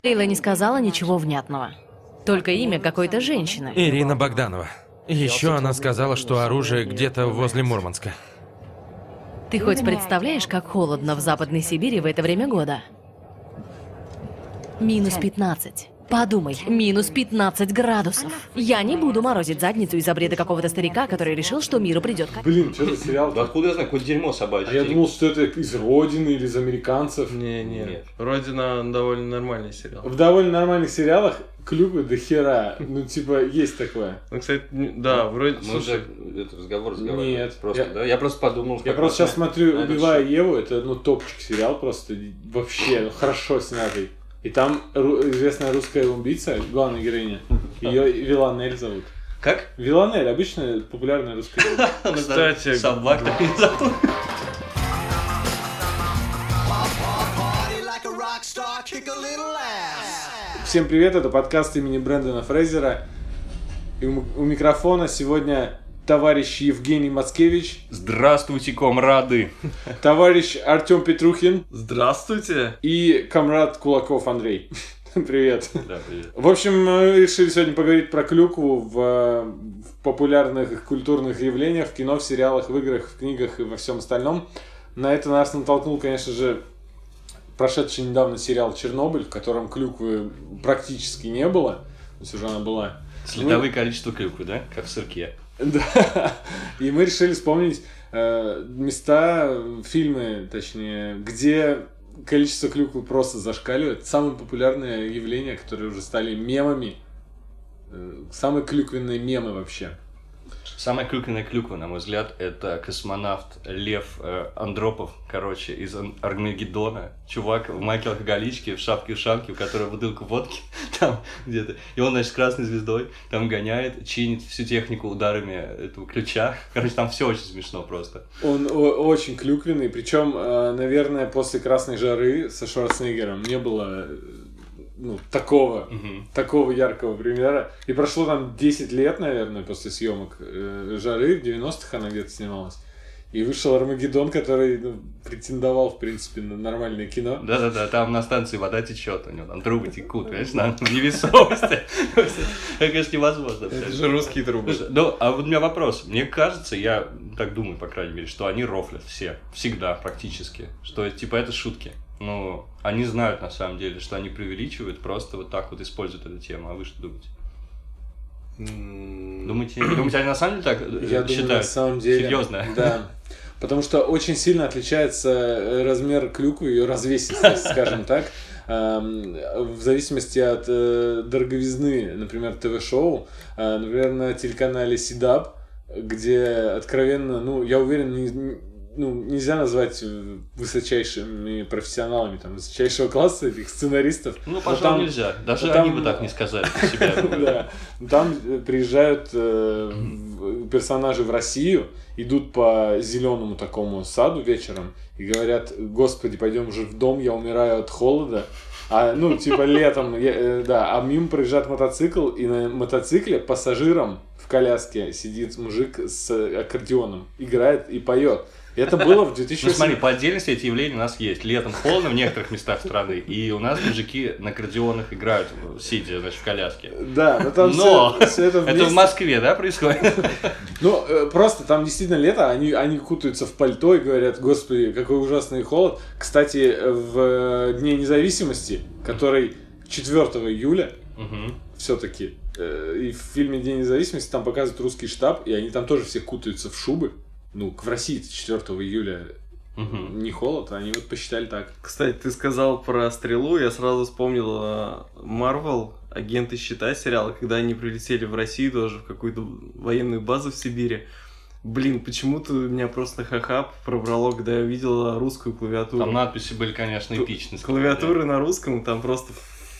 Лейла не сказала ничего внятного. Только имя какой-то женщины. Ирина Богданова. Еще она сказала, что оружие где-то возле Мурманска. Ты хоть представляешь, как холодно в Западной Сибири в это время года? Минус 15. Подумай, минус 15 градусов. Я не буду морозить задницу из-за бреда какого-то старика, который решил, что миру придет. Блин, что за сериал? Да откуда я знаю, какое дерьмо собачье? А я думал, что это из Родины или из американцев. Нет. Родина довольно нормальный сериал. В довольно нормальных сериалах клюквы до хера. Ну, типа, есть такое. Ну, кстати, да, вроде... Мы уже этот разговор разговаривали. Нет. Просто, да? Я просто подумал... Я просто сейчас смотрю «Убивая Еву», это, топчик сериал просто. Вообще, хорошо снятый. И там известная русская убийца, главная героиня, ее Виланель зовут. Как? Виланель, обычная популярная русская имя. Кстати, собак так не зовут. Всем привет, это подкаст имени Брэндона Фрейзера. И у микрофона сегодня товарищ Евгений Мацкевич. Здравствуйте, комрады. Товарищ Артем Петрухин. здравствуйте. И комрад Кулаков Андрей. Привет. Да, привет. В общем, мы решили сегодня поговорить про клюкву в популярных культурных явлениях, в кино, в сериалах, в играх, в книгах и во всем остальном. На это нас натолкнул, конечно же, прошедший недавно сериал «Чернобыль», в котором клюквы практически не было. То есть уже она была... Следовые количества клюквы, да? Как в сырке. Да. И мы решили вспомнить места, фильмы, точнее, где количество клюквы просто зашкаливает. Самые популярные явления, которые уже стали мемами. Самые клюквенные мемы вообще. Самая клюквенная клюква, на мой взгляд, это космонавт Лев Андропов, из Армагеддона. Чувак в майке-алкоголичке, в шапке-ушанке, у которого бутылка водки там где-то. И он, с красной звездой там гоняет, чинит всю технику ударами этого ключа. Там все очень смешно просто. Он очень клюквенный, причем, наверное, после «Красной жары» со Шварценеггером не было... такого яркого примера. И прошло там 10 лет, наверное, после съемок «Жары», в 90-х она где-то снималась. И вышел «Армагеддон», который претендовал, в принципе, на нормальное кино. Да-да-да, там на станции вода течет, у него там трубы текут, понимаешь, на невесомости. Это, конечно, невозможно. Это же русские трубы. Ну, а вот у меня вопрос. Мне кажется, я так думаю, по крайней мере, что они рофлят все. Всегда, практически. Что, это шутки. Ну, они знают, на самом деле, что они преувеличивают, просто вот так вот используют эту тему. А вы что думаете? Думаете, они на самом деле так Я считают? думаю, на самом деле. Серьезно? Да. Потому что очень сильно отличается размер клюквы, ее развесистость, скажем так. В зависимости от дороговизны, например, ТВ-шоу, например, на телеканале Сидаб, где откровенно, я уверен, нельзя назвать высочайшими профессионалами высочайшего класса этих сценаристов. Пожалуй, нельзя. Даже они бы так не сказали про себя. Да. Там приезжают персонажи в Россию, идут по зеленому такому саду вечером и говорят: «Господи, пойдем уже в дом, я умираю от холода». Летом, а мимо проезжает мотоцикл, и на мотоцикле пассажиром в коляске сидит мужик с аккордеоном, играет и поет. Это было в 2008... смотри, по отдельности эти явления у нас есть. Летом холодно в некоторых местах страны, и у нас мужики на аккордеонах играют, сидя, в коляске. Да, но там Но все это вместе... это в Москве, да, происходит? Просто там действительно лето, они кутаются в пальто и говорят: «Господи, какой ужасный холод». Кстати, в Дне независимости, который 4 июля, все-таки, и в фильме «День независимости» там показывают русский штаб, и они там тоже все кутаются в шубы. В России 4 июля не холод, они посчитали так. Кстати, ты сказал про стрелу, я сразу вспомнил Марвел, агенты щита сериала, когда они прилетели в Россию тоже, в какую-то военную базу в Сибири. Блин, почему-то меня просто хахап пробрало, когда я увидел русскую клавиатуру. Там надписи были, конечно, эпичные. Клавиатуры на русском, там просто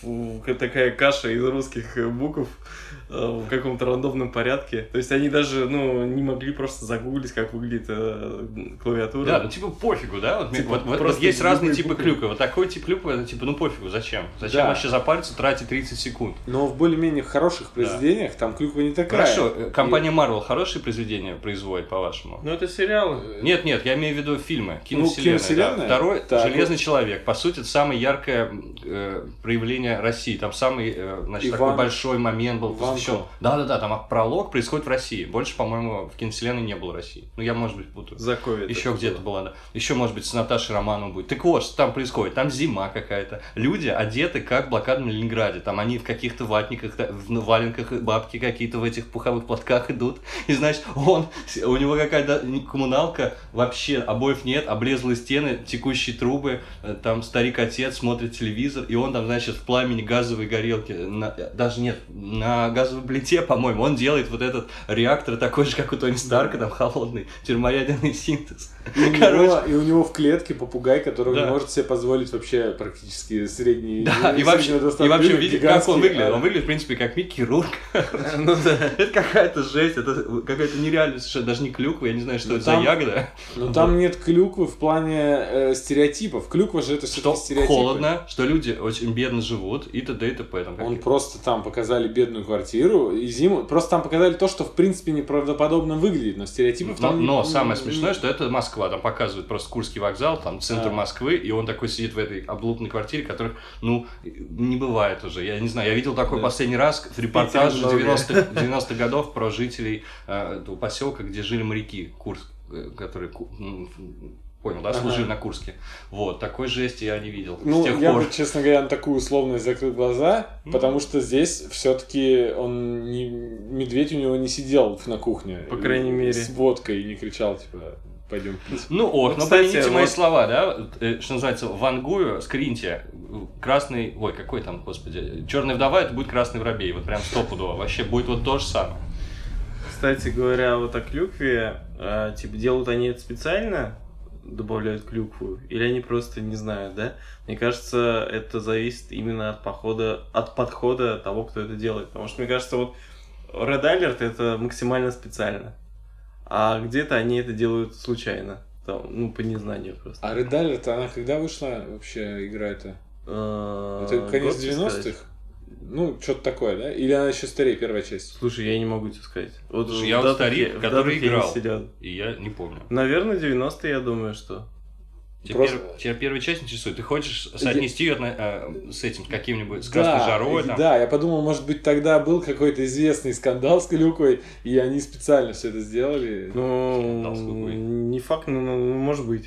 такая каша из русских букв в каком-то рандомном порядке. То есть они даже, не могли просто загуглить, как выглядит клавиатура. Да, пофигу, да? Вот есть разные типы клюквы. Вот такой тип клюквы, это пофигу, зачем? Зачем вообще запариться, тратить 30 секунд? Но в более-менее хороших произведениях там клюква не такая. Хорошо, компания Marvel хорошие произведения производит, по-вашему? Это сериалы. Нет, я имею в виду фильмы, киновселенная. Киновселенная? Да. Второй, Железный человек. По сути, это самое яркое проявление основания России. Там самый, значит, Иван- такой большой момент был Иванко. посвящен. Да, там пролог происходит в России. Больше, по-моему, в киновселенной не было России. Ну, я, может быть, путаю. Заковед. Еще где-то была, да. Еще, может быть, с Наташей Романовой будет. Так вот, что там происходит? Там зима какая-то. Люди одеты, как в блокадном Ленинграде. Там они в каких-то ватниках, в валенках, бабки какие-то в этих пуховых платках идут. И, значит, у него какая-то коммуналка, вообще обоев нет, облезлые стены, текущие трубы, там старик-отец смотрит телевизор, и он там, значит, в пламени газовой горелки, на газовой плите, по-моему, он делает вот этот реактор такой же, как у Тони Старка, там холодный термоядерный синтез. И у него в клетке попугай, который Да. не может себе позволить вообще практически средний. Да, и вообще, видите, как он выглядит? Он выглядит, в принципе, как Микки Рурк. Ну да. Это какая-то жесть, это какая-то нереальная совершенно, даже не клюква, я не знаю, что это за ягода. Но там нет клюквы в плане стереотипов. Клюква же это Что все-таки стереотипы. холодно, что люди очень бедно живут, и т.д. и т.п. Там Он просто там показали бедную квартиру и зиму. Просто там показали то, что в принципе неправдоподобно выглядит, но стереотипов там... Но самое смешное, что это Москва. Там показывают просто Курский вокзал, там центр Москвы, и он такой сидит в этой облупной квартире, которых, не бывает уже. Я не знаю, я видел такой последний раз в репортаже 90-х годов про жителей этого поселка, где жили моряки, Курск, которые... Понял, да, служили на Курске. Вот, такой жести я не видел с тех я пор. бы, честно говоря, на такую условность закрыл глаза, потому что здесь все-таки он не... медведь у него не сидел на кухне. По крайней мере. С водкой и не кричал, типа, пойдем пить. Помяните мои слова, да, что называется, вангую, скриньте, красный, какой там, господи, черная вдова, это будет красный воробей, вот прям стопудово, вообще будет вот то же самое. Кстати говоря, вот о клюкве, делают они это специально? Добавляют клюкву, или они просто не знают, да? Мне кажется, это зависит именно от подхода того, кто это делает. Потому что, мне кажется, вот Red Alert это максимально специально. А где-то они это делают случайно. Там, по незнанию просто. А Red Alert, она когда вышла вообще, игра-то? Это конец 90-х? Что-то такое, да? Или она еще старее, первая часть? Слушай, я не могу тебе сказать. Вот я вот старик, который играл, сидел. И я не помню. Наверное, 90-е, я думаю, что... Тебя первая часть интересует. Ты хочешь соотнести ее с этим, с каким-нибудь, с Красной Жарой? Там? Да, я подумал, может быть, тогда был какой-то известный скандал с клюквой, и они специально все это сделали. Не факт, но может быть.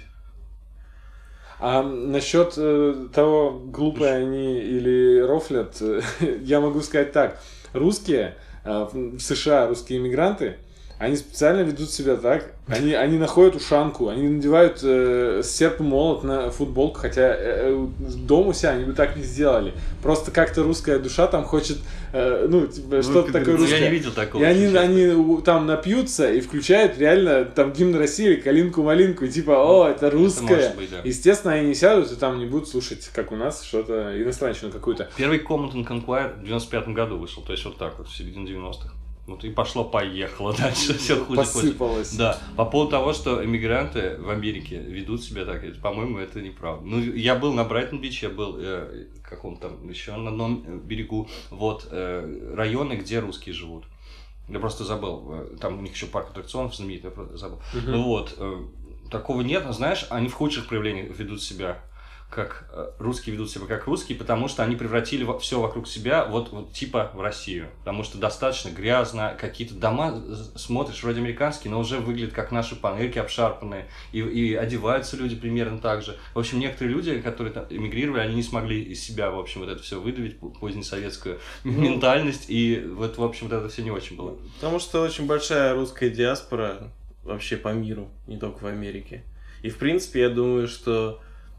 А насчет того, глупые они или рофлят, я могу сказать так. Русские, в США русские иммигранты, они специально ведут себя так. Они находят ушанку, они надевают серп и молот на футболку, хотя дома у себя они бы так не сделали. Просто как-то русская душа там хочет, что-то такое русское. Я не видел такого. И они там напьются и включают реально там гимн России, калинку-малинку, и типа, это русское. Это может быть, да. Естественно, они не сядут и там не будут слушать, как у нас, что-то иностранщину какую-то. Первый Command and Conquer в 95-м году вышел, то есть вот так вот, в середине 90-х. И пошло-поехало дальше, все хуже. Посыпалось. Да, по поводу того, что эмигранты в Америке ведут себя так, по-моему, это неправда. Я был на Брайтон-Бич, я был каком-то там еще на одном берегу, районы, где русские живут. Я просто забыл, там у них еще парк аттракционов знаменитый, я просто забыл. Такого нет, знаешь, они в худших проявлениях ведут себя как русские ведут себя как русские, потому что они превратили все вокруг себя типа в Россию. Потому что достаточно грязно, какие-то дома смотришь вроде американские, но уже выглядят как наши панельки обшарпанные, и одеваются люди примерно так же. В общем, некоторые люди, которые там эмигрировали, они не смогли из себя, в общем, это все выдавить, позднесоветскую ментальность, и в общем, это все не очень было. Потому что очень большая русская диаспора вообще по миру, не только в Америке. И, в принципе, я думаю, что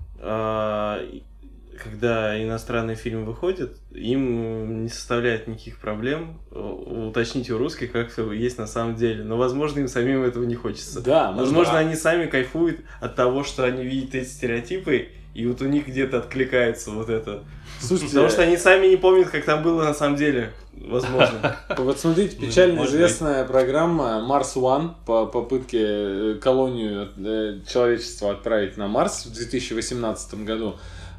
когда иностранные фильмы выходят, им не составляет никаких проблем уточнить у русских, как все есть на самом деле. Но, возможно, им самим этого не хочется. Да, возможно, они сами кайфуют от того, что они видят эти стереотипы, и вот у них где-то откликается вот это. Слушайте, потому что они сами не помнят, как там было на самом деле. Возможно. Вот смотрите, печально известная программа Mars One по попытке колонию человечества отправить на Марс в 2018 году.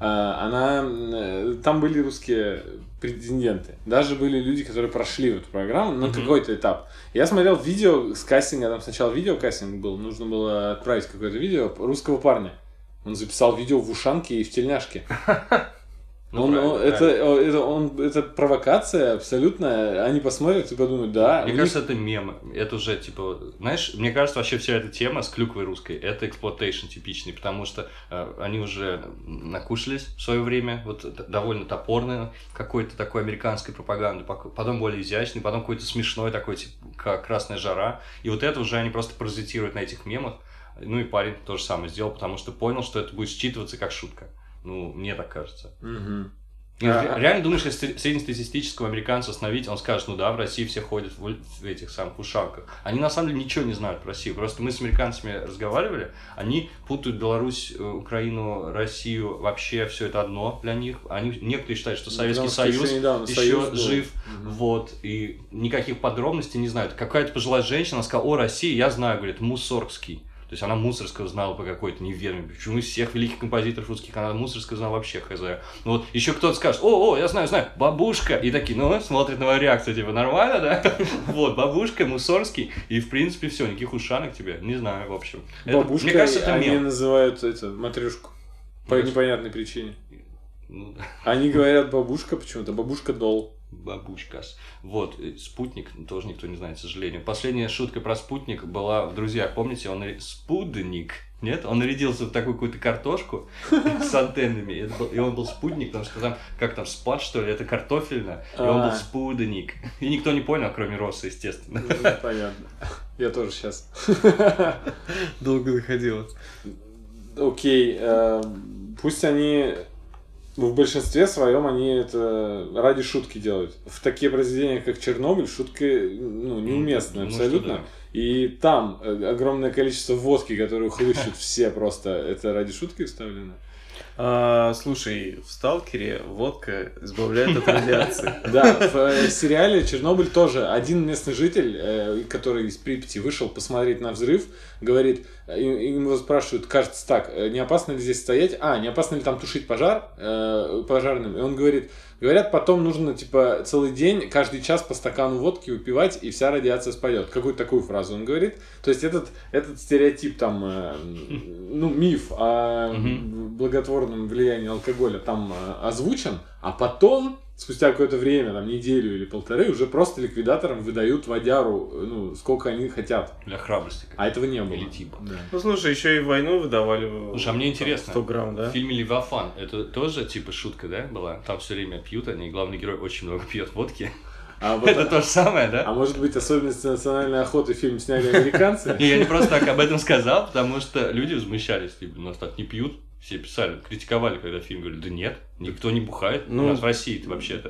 Там были русские претенденты. Даже были люди, которые прошли в эту программу на какой-то этап. Я смотрел видео с кастинга, там сначала видеокастинг был, нужно было отправить какое-то видео русского парня. Он записал видео в ушанке и в тельняшке. Это провокация абсолютно. Они посмотрят и подумают, да. Мне кажется, это мемы. Это уже, типа, знаешь, мне кажется, вообще вся эта тема с клюквой русской, это эксплуатейшн типичный, потому что они уже накушались в свое время, вот довольно топорной какой-то такой американской пропаганды, потом более изящной, потом какой-то смешной такой, типа, как «Красная жара». И вот это уже они просто паразитируют на этих мемах. Ну и парень то же самое сделал, потому что понял, что это будет считываться как шутка. Ну, мне так кажется. Реально думаешь, если среднестатистического американца остановить, он скажет, ну да, в России все ходят в этих самых ушанках. Они на самом деле ничего не знают про Россию. Просто мы с американцами разговаривали, они путают Беларусь, Украину, Россию, вообще все это одно для них. Некоторые считают, что Советский Союз еще жив, вот, и никаких подробностей не знают. Какая-то пожилая женщина сказала, о, России, я знаю, говорит, Мусоргский. То есть она Мусоргского знала по какой-то неведомой. Почему из всех великих композиторов русских она Мусоргского знала вообще, хз. Ну вот еще кто-то скажет, я знаю, бабушка. И такие, смотрят на мою реакцию, типа, нормально, да? Вот, бабушка, Мусоргский. И в принципе все, никаких ушанок тебе, не знаю, в общем. Бабушка, мне кажется, это они мем. называют матрешку. По непонятной причине. Они говорят бабушка почему-то, бабушка-дол. Бабушкас. Вот, спутник, тоже никто не знает, к сожалению. Последняя шутка про спутник была в «Друзьях». Помните, спутник, нет? Он нарядился в такую какую-то картошку с антеннами, и он был спутник, потому что там, спад, что ли, это картофельно, и он был спутник. И никто не понял, кроме Росса, естественно. Понятно. Я тоже сейчас. Долго доходило. Окей, пусть они... В большинстве своем они это ради шутки делают. В такие произведения, как «Чернобыль», шутка неуместная абсолютно. Да. И там огромное количество водки, которую хлыщут все просто. Это ради шутки вставлено? Слушай, в «Сталкере» водка избавляет от радиации. Да, в сериале «Чернобыль» тоже один местный житель, который из Припяти вышел посмотреть на взрыв, говорит, его спрашивают, кажется так, не опасно ли здесь стоять, не опасно ли там тушить пожар пожарным, и он говорит, говорят, потом нужно, типа, целый день, каждый час по стакану водки выпивать, и вся радиация спадет. Какую-то такую фразу он говорит. То есть этот стереотип, там, миф о благотворном влиянии алкоголя там озвучен, а потом, спустя какое-то время, там, неделю или полторы, уже просто ликвидаторам выдают водяру, сколько они хотят. Для храбрости. А этого не было. Или типа. Да. Ну, слушай, еще и в войну выдавали. Слушай, а мне интересно, 100 грамм, да? В фильме «Левиафан» это тоже типа шутка, да, была? Там все время пьют они, главный герой очень много пьет водки. Это то же самое, да? А может быть, особенности национальной охоты фильм сняли американцы? Я не просто так об этом сказал, потому что люди возмущались, типа, у нас так не пьют. Все писали, критиковали, когда фильм, говорили, да нет, никто не бухает, у нас в России-то вообще-то.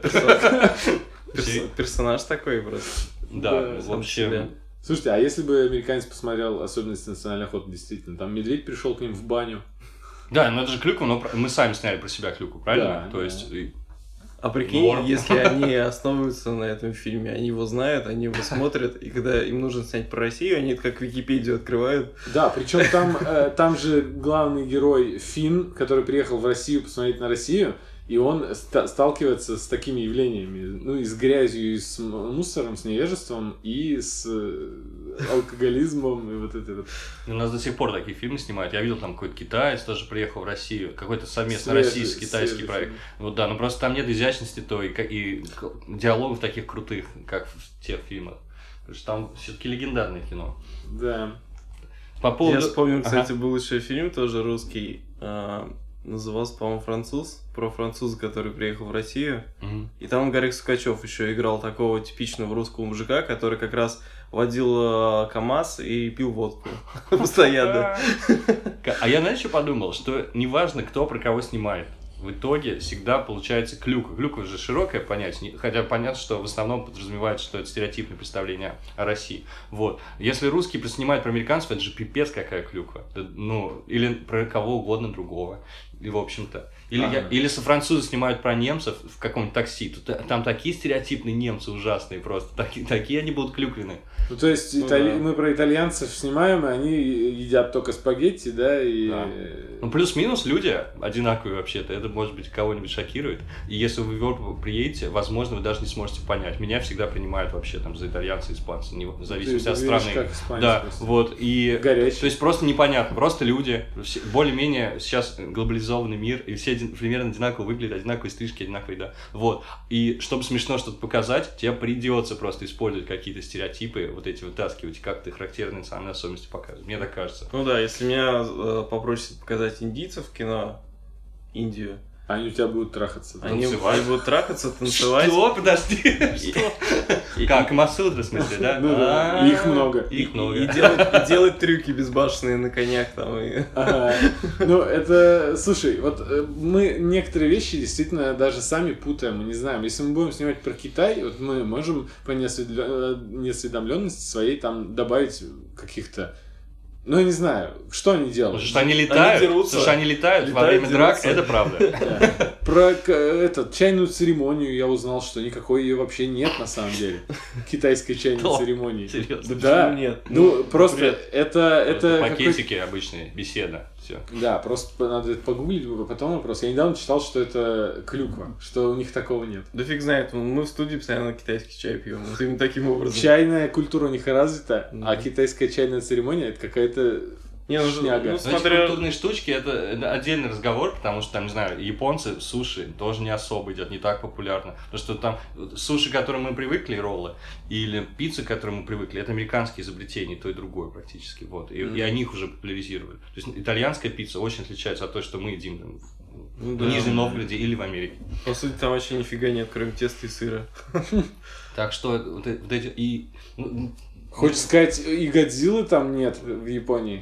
Персонаж такой просто. Да, вообще. Слушайте, а если бы американец посмотрел особенности национальной охоты, действительно, там медведь пришел к ним в баню. Да, это же клюква, но мы сами сняли про себя клюкву, правильно? Да, то есть... А прикинь, если они основываются на этом фильме, они его знают, они его смотрят, и когда им нужно снять про Россию, они это как Википедию открывают. Да, причем там же главный герой Финн, который приехал в Россию посмотреть на Россию, и он сталкивается с такими явлениями, и с грязью, и с мусором, с невежеством, и с алкоголизмом, и вот это вот. У нас до сих пор такие фильмы снимают. Я видел, там какой-то китаец тоже приехал в Россию, какой-то совместно российско-китайский проект. Вот да, но просто там нет изящности той и диалогов таких крутых, как в тех фильмах. Потому что там все-таки легендарное кино. Да. По поводу... Я вспомнил, кстати, был еще фильм тоже русский, назывался, по-моему, «Француз», про француза, который приехал в Россию. И там Гарик Сукачев еще играл такого типичного русского мужика, который как раз водил КамАЗ и пил водку постоянно. А я, знаешь, что подумал? Что неважно, кто про кого снимает. В итоге всегда получается клюква. Клюква же широкое понятие, хотя понятно, что в основном подразумевается, что это стереотипное представление о России. Вот. Если русские снимают про американцев, это же пипец какая клюква. Или про кого угодно другого. И в общем-то. Или если французы снимают про немцев в каком-нибудь такси, то там такие стереотипные немцы ужасные просто. Такие они будут клюквенные. Ну, то есть, мы про итальянцев снимаем, и они едят только спагетти, да, и... Да. Ну, плюс-минус люди одинаковые вообще-то. Это, может быть, кого-нибудь шокирует. И если вы в Европу приедете, возможно, вы даже не сможете понять. Меня всегда принимают вообще там за итальянца, испанца, в зависимости от страны. Как испанец, да, просто. вот. И... Горячий. То есть, просто непонятно. Просто люди, более-менее сейчас глобализация цивилизованный мир, и все примерно одинаково выглядят, одинаковые стрижки, одинаковая еда. Вот. И чтобы смешно что-то показать, тебе придется просто использовать какие-то стереотипы, вот эти вытаскивать, как-то характерные национальные особенности показывать. Мне так кажется. Ну да, если меня попросят показать индийцев в кино, Индию, Они у тебя будут трахаться. они Танцевать. будут трахаться, танцевать. Что? Подожди. Что? Как? Масудра, в смысле, да? Ну да, их много. Их много. И делать трюки безбашенные на конях там. Ага. Ну, это, слушай, вот мы некоторые вещи действительно даже сами путаем, мы не знаем. Если мы будем снимать про Китай, вот мы можем по неосведомленности своей там добавить каких-то, ну, я не знаю, что они делают. Потому что они летают, дерутся. во время драк, дерутся. это правда. Да. Про чайную церемонию я узнал, что никакой ее вообще нет на самом деле. Китайской чайной Да, церемонии. серьезно? Да. Почему нет? Ну, просто например, это Пакетики обычные, беседа, все. Да, просто надо это погуглить, потом вопрос. Я недавно читал, что это клюква, что у них такого нет. Да фиг знает, мы в студии постоянно китайский чай пьем. Вот именно таким образом. Чайная культура у них развита, Да. а китайская чайная церемония это какая-то Не, ну, шняга. ну, Но эти смотря... культурные штучки это отдельный разговор, потому что там, не знаю, японцы суши тоже не особо едят, не так популярно. Потому что там суши, к которым мы привыкли, роллы, или пицца, к которым мы привыкли, это американские изобретения, то и другое практически. Вот. И они их уже популяризировали. То есть итальянская пицца очень отличается от той, что мы едим там, Ну в да. Нижнем Новгороде или в Америке. По сути, там вообще нифига нет, кроме теста и сыра. Так что вот эти и... Хочешь сказать, и Годзиллы там нет в Японии?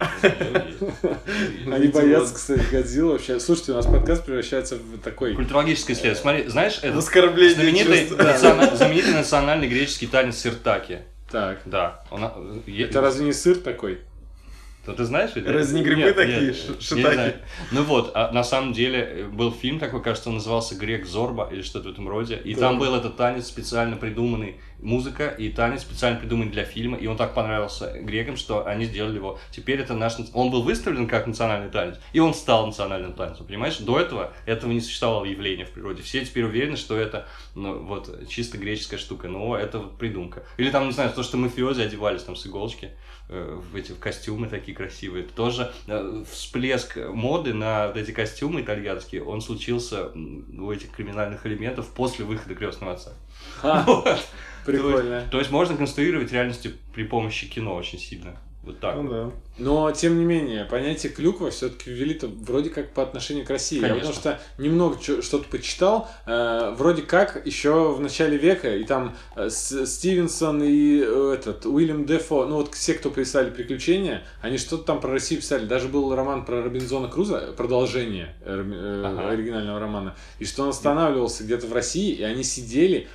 Они Видимо. боятся, кстати, Годзиллы вообще. Слушайте, у нас подкаст превращается в такой... Культурологическое исследование. Смотри, знаешь, это Оскорбление знаменитый, чувств. знаменитый национальный греческий танец сиртаки. Так. Да. Это разве не сыр такой? То ты знаешь? Или? Разве не грибы Нет, такие, нет, не шитаки? знаю. Ну вот, а на самом деле был фильм такой, кажется, он назывался «Грек Зорба» или что-то в этом роде. И там был этот танец специально придуманный, музыка и танец специально придуманный для фильма. И он так понравился грекам, что они сделали его. Теперь это наш... Он был выставлен как национальный танец, и он стал национальным танцем, понимаешь? До этого не существовало явления в природе. Все теперь уверены, что это вот чисто греческая штука, но это вот придумка. Или там, не знаю, то, что мафиози одевались там с иголочки, в костюмы такие красивые. Это тоже всплеск моды на вот эти костюмы итальянские, он случился у этих криминальных элементов после выхода «Крестного отца». Вот. Прикольно. То есть можно конструировать реальность при помощи кино очень сильно. Вот так. Ну да. Но, тем не менее, понятие клюква все-таки ввели-то вроде как по отношению к России. Конечно. Я потому что немного что-то почитал, вроде как еще в начале века, и там Стивенсон и Уильям Дефо, ну вот все, кто писали «Приключения», они что-то там про Россию писали. Даже был роман про Робинзона Круза, продолжение оригинального романа, и что он останавливался где-то в России, и они сидели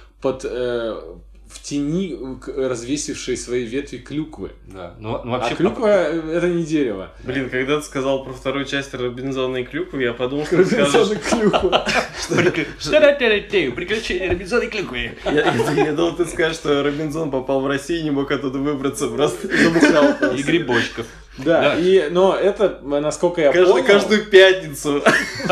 в тени развесившей свои ветви клюквы. Да. Ну, вообще, А клюква это не дерево. Блин, когда ты сказал про вторую часть Робинзона и клюквы, я подумал, что ты Робинзон и скажешь... клюква. Приключения Робинзона и клюквы. Я думал, ты скажешь, что Робинзон попал в Россию и не мог оттуда выбраться, просто забухал. И грибочков. Да, но это, насколько я понял... Каждую пятницу.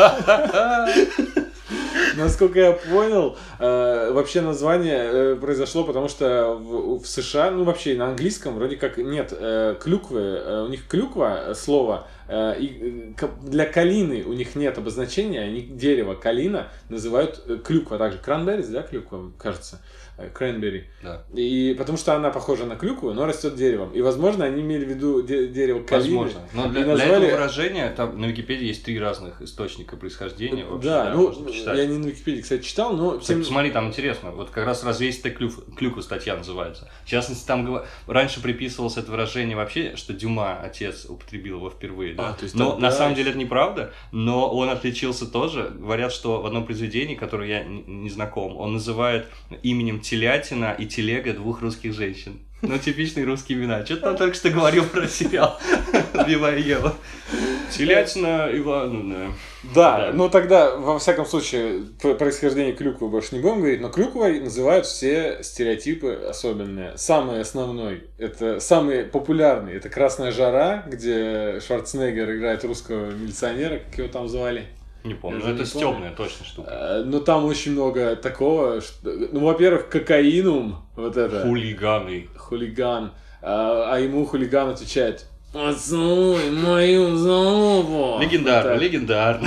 Насколько я понял, вообще название произошло, потому что в США, ну вообще на английском вроде как нет клюквы, у них клюква слово, и для калины у них нет обозначения, они дерево калина называют клюква, также кранберрис, да, клюква, кажется, кренберри. Да. И потому что она похожа на клюкву, но растет деревом. И, возможно, они имели в виду дерево калины. Возможно. Но для этого выражения там на Википедии есть 3 разных источника происхождения. Вообще, Да, можно почитать. я не на Википедии, кстати, читал, но... Кстати, посмотри, там интересно. Вот как раз «Развесистая клюква» статья называется. В частности, там раньше приписывалось это выражение вообще, что Дюма, отец, употребил его впервые. Да? То есть но тогда... на самом деле это неправда, но он отличился тоже. Говорят, что в одном произведении, которое я не знаком, он называет именем телятина и телега 2 русских женщин. Ну, типичные русские имена. Что-то там только что говорил про сериал «Убивая Еву». Телятина Ивановна. Да, ну тогда, во всяком случае, происхождение клюквы больше не будем говорить, но клюквой называют все стереотипы особенные. Самый основной, это самый популярный, это «Красная жара», где Шварценеггер играет русского милиционера, как его там звали. Не помню, Я но уже это не помню. стёбная точно штука. Но там очень много такого, что... Ну, во-первых, кокаинум, вот это. Хулиганы. Хулиган. А ему хулиган отвечает: Поцелуй мою залупу. Легендарно.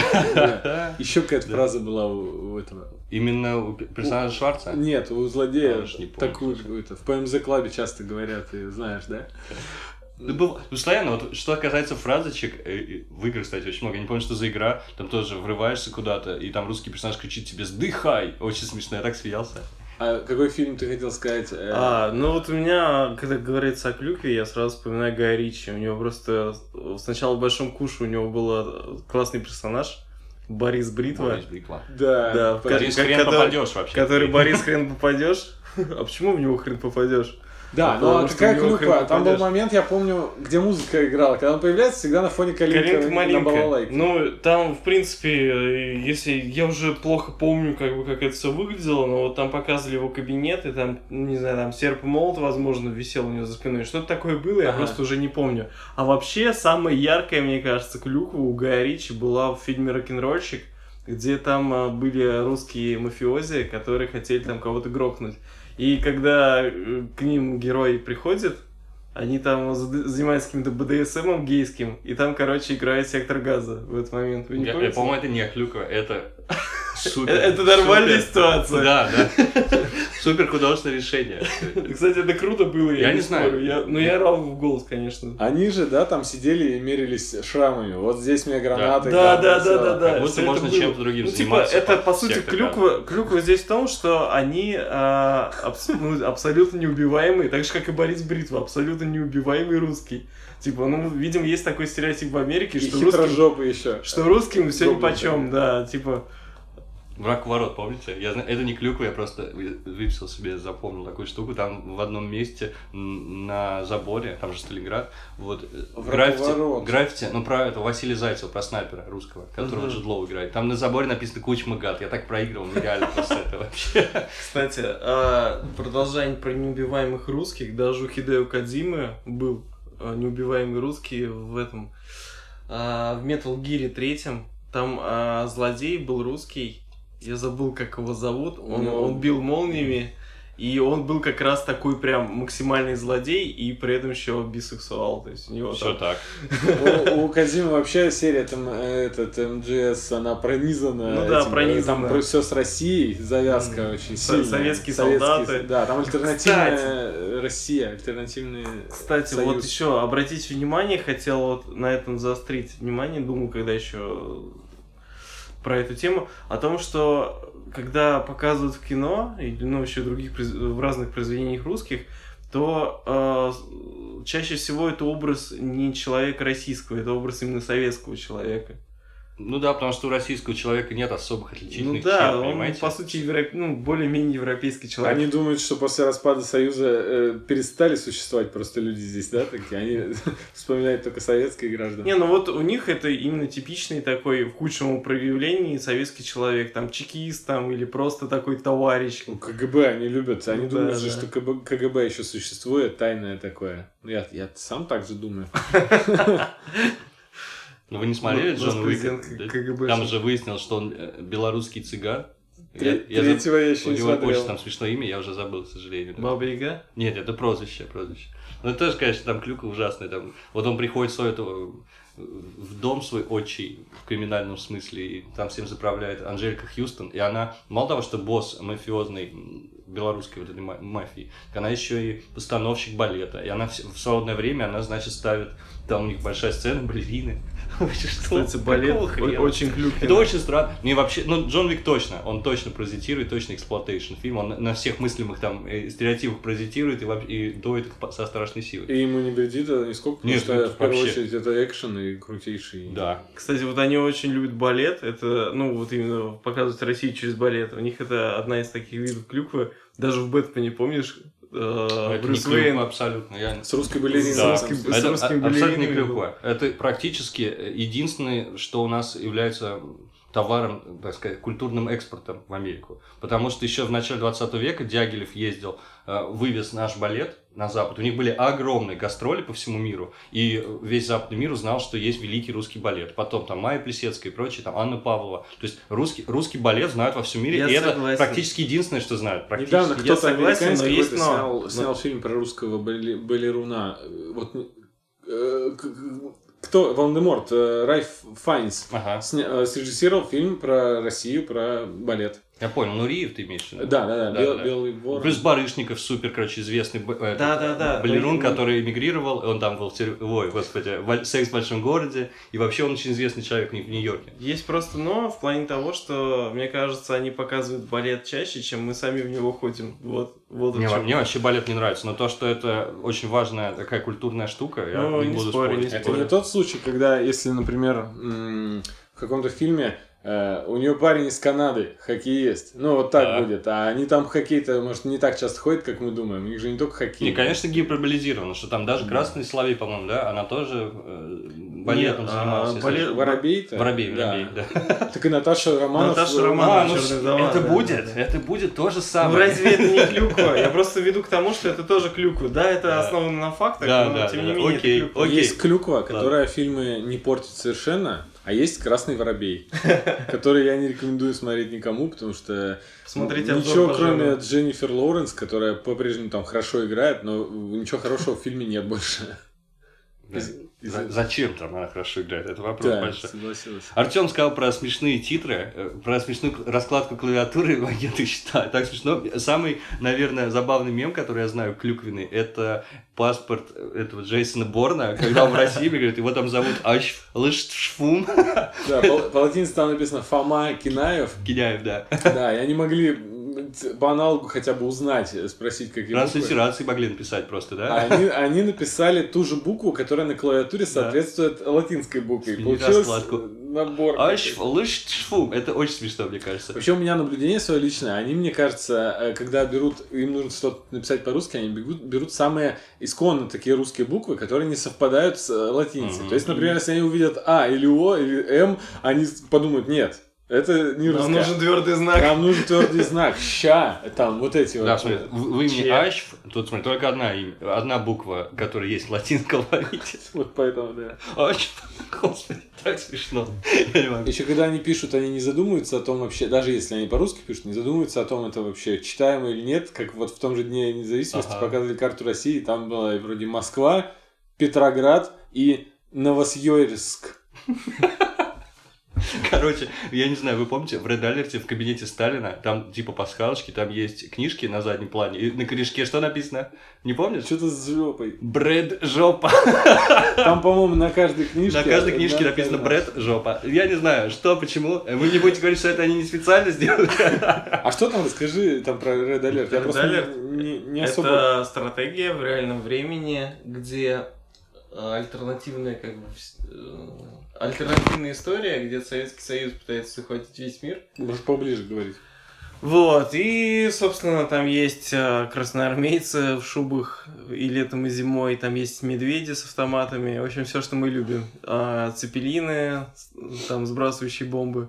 Еще какая-то фраза была у этого. Именно у персонажа Шварца? Нет, у злодея Я уж не помню. такую какую-то. В ПМЗ Клабе часто говорят, ты знаешь, да? Ну, постоянно, вот что касается фразочек, в играх, кстати, очень много. Я не помню, что за игра, там тоже врываешься куда-то, и там русский персонаж кричит тебе «Сдыхай!» Очень смешно, я так смеялся. А какой фильм ты хотел сказать? Ну вот у меня, когда говорится о клюкве, я сразу вспоминаю Гая Ричи. У него просто сначала в «Большом куше» у него был классный персонаж Борис Бритва. Борис Бритва. Да, Борис хрен попадешь вообще. Который Борис хрен попадешь. А почему в него хрен попадешь? Да, Потому ну что какая в него клюква? хрен Там был попадешь. момент, я помню, где музыка играла. Когда он появляется, всегда на фоне калинка на Калинка-малинка. балалайке. Ну, там, в принципе, если... Я уже плохо помню, как это все выглядело, но вот там показывали его кабинет, и там, не знаю, там серп и молот, возможно, висел у него за спиной. Что-то такое было, я просто уже не помню. А вообще, самая яркая, мне кажется, клюква у Гая Ричи была в фильме «Рок-н-ролльщик», где там были русские мафиози, которые хотели там кого-то грохнуть. И когда к ним герой приходит, они там занимаются каким-то БДСМом гейским, и там, короче, играет «Сектор газа» в этот момент. Вы не помните? По-моему, это не клюква, это супер. Это нормальная ситуация. Да. Супер художественное решение. Кстати, это круто было, Я не знаю. спорю. Но я орал в голос, конечно. Они же, да, там сидели и мерились шрамами. Вот здесь мне гранаты. Да. Как будто всё можно это было. чем-то другим Ну, заниматься. это, по сути, «Сектор клюква здесь в том, что они абсолютно неубиваемые, так же, как и Борис Бритва, абсолютно неубиваемый русский. Типа, ну, видимо, есть такой стереотип в Америке, И что хитрожопы еще. русским все Гоблин, нипочем, да, типа... «Враг ворот», помните? Это не клюква, я просто выписал себе, запомнил такую штуку. Там в одном месте на заборе, там же Сталинград, вот граффити, ну про это Василия Зайцева, про снайпера русского, которого Джуд Лоу играет. Там на заборе написано «Кучма гад». Я так проигрывал, нереально просто это вообще. Кстати, продолжение про неубиваемых русских, даже у Хидео Кодзимы был неубиваемый русский в этом, в Metal Gear 3, там злодей был русский. Я забыл, как его зовут. Он бил молниями. И он был как раз такой прям максимальный злодей и при этом еще бисексуал. То есть у него Все там... так. У Кодзимы вообще серия там, МГС, она пронизана. Ну да, пронизана. Там все с Россией, завязка очень сильная. Советские солдаты. Да, там альтернативная Россия, альтернативный Кстати, союз. вот еще обратите внимание, хотел вот на этом заострить внимание, думал, когда еще про эту тему, о том, что когда показывают в кино, или ну, еще в разных произведениях русских, то чаще всего это образ не человека российского, это образ именно советского человека. Ну да, потому что у российского человека нет особых отличительных черт, он, понимаете? По сути, более-менее европейский человек. Они думают, что после распада Союза перестали существовать просто люди здесь, да, такие? Они вспоминают только советские граждане. Не, ну вот у них это именно типичный такой, в худшем проявлении, советский человек, там, чекист, там, или просто такой товарищ. КГБ они любят, они думают же, да. что КГБ еще существует, тайное такое. Я сам так же думаю. Ну вы не смотрели Джон Уика? КГБ. Там же выяснилось, что он белорусский цыган. Третьего я еще у не него смотрел. очень там смешное имя, я уже забыл, к сожалению. Баба Яга? Нет, это прозвище. Ну это тоже, конечно, там клюка ужасная. Там. Вот он приходит в дом свой отчий, в криминальном смысле, и там всем заправляет Анжелика Хьюстон, и она, мало того, что босс мафиозный, белорусской вот этой мафии, она еще и постановщик балета, и она в свободное время, она, значит, ставит, там у них большая сцена, балерины. Кстати, балет очень клюквенный. Это очень странно. Ну и вообще, ну Джон Уик точно, он точно паразитирует, точно эксплуатейшн фильм, он на всех мыслимых там стереотипах паразитирует и дует их со страшной силой. И ему не вредит это нисколько, потому Нет, что в первую вообще. очередь это экшен и крутейший. Да. Кстати, вот они очень любят балет, это, ну, вот именно показывать Россию через балет. У них это одна из таких видов клюквы. Даже в Бэтмене, помнишь, Брюс Уэйн абсолютно. С русской балериной. Да. с русским Это абсолютно не балериной клюква. Это практически единственное, что у нас является товаром, так сказать, культурным экспортом в Америку. Потому что еще в начале 20 века Дягилев ездил, вывез наш балет на Запад. У них были огромные гастроли по всему миру, и весь западный мир узнал, что есть великий русский балет. Потом там Майя Плисецкая и прочие, там Анна Павлова. То есть русский балет знают во всем мире, Я и согласен. это практически единственное, что знают. Недавно кто-то согласен, американский но есть какой-то снял фильм про русского балеруна. Вот Кто? Волан-де-Морт, Ральф Файнс Ага. срежиссировал фильм про Россию, про балет. Я понял, Нуриев ты имеешь в виду? Да. Белый ворон. Плюс Барышников, супер, короче, известный балерун, который эмигрировал, он там был «Секс в большом городе», и вообще он очень известный человек в Нью-Йорке. Есть просто но в плане того, что, мне кажется, они показывают балет чаще, чем мы сами в него ходим. Вот Мне вообще балет не нравится, но то, что это очень важная такая культурная штука, я не буду спорить. Это не тот случай, когда, если, например, в каком-то фильме у нее парень из Канады, хоккеист. Ну, вот так будет. А они там в хоккей-то, может, не так часто ходят, как мы думаем. У них же не только хоккей. Не, конечно, гиперболизировано, что там даже Красный Соловей, по-моему, да, она тоже балетом занималась. Воробей-то? Воробей, да. Так и Наташа Романов. Это будет то же самое. Ну, разве это не клюква? Я просто веду к тому, что это тоже клюква. Да, это основано на фактах, но тем не менее это клюква. Есть клюква, которая фильмы не портит совершенно. А есть «Красный воробей», который я не рекомендую смотреть никому, потому что ничего, кроме Дженнифер Лоуренс, которая по-прежнему там хорошо играет, но ничего хорошего в фильме нет больше. Зачем там она хорошо играет? Это вопрос большой. Согласилась. Артем сказал про смешные титры, про смешную раскладку клавиатуры в агенты щита. Так смешно. Самый, наверное, забавный мем, который я знаю, клюквенный, это паспорт этого Джейсона Борна, когда он в России говорит, его там зовут Ашфлыштшфум. Да, по латинице там написано Фома Кинаев. Кинаев, да. Да, и они могли по аналогу хотя бы узнать, спросить, какие буквы. Транслитерации могли написать просто, да? Они написали ту же букву, которая на клавиатуре соответствует латинской букве. Получилось набор. Ашфлыштшфум. Это очень смешно, мне кажется. Вообще у меня наблюдение свое личное. Они, мне кажется, когда им нужно что-то написать по-русски, они берут самые исконно такие русские буквы, которые не совпадают с латиницей. То есть, например, если они увидят А или О или М, они подумают, нет. Это не русская. Нам нужен твердый знак. Нам нужен твердый знак. Ща. Там вот эти вот. Да, смотри, в имени Ашф, тут смотри, только одна буква, которая есть в латинском алфавите. Вот поэтому, да. Ашф. Господи, так смешно. Я не могу. Еще когда они пишут, они не задумываются о том вообще, даже если они по-русски пишут, не задумываются о том, это вообще читаемо или нет. Как вот в том же Дне независимости показывали карту России, там была вроде Москва, Петроград и Новосибирск. Короче, я не знаю, вы помните, в Red Alert в кабинете Сталина, там типа пасхалочки, там есть книжки на заднем плане, и на корешке что написано? Не помнишь? Что-то с жопой. Бред жопа. Там, по-моему, на каждой книжке... На каждой книжке написано бред жопа. Я не знаю, что, почему. Вы не будете говорить, что это они не специально сделали. А что там, расскажи там про Red Alert. Я просто не особо... Это стратегия в реальном времени, где альтернативная альтернативная история, где Советский Союз пытается захватить весь мир. Можешь поближе говорить. Вот, и, собственно, там есть красноармейцы в шубах и летом, и зимой, там есть медведи с автоматами, в общем, все, что мы любим. Цепелины, там, сбрасывающие бомбы.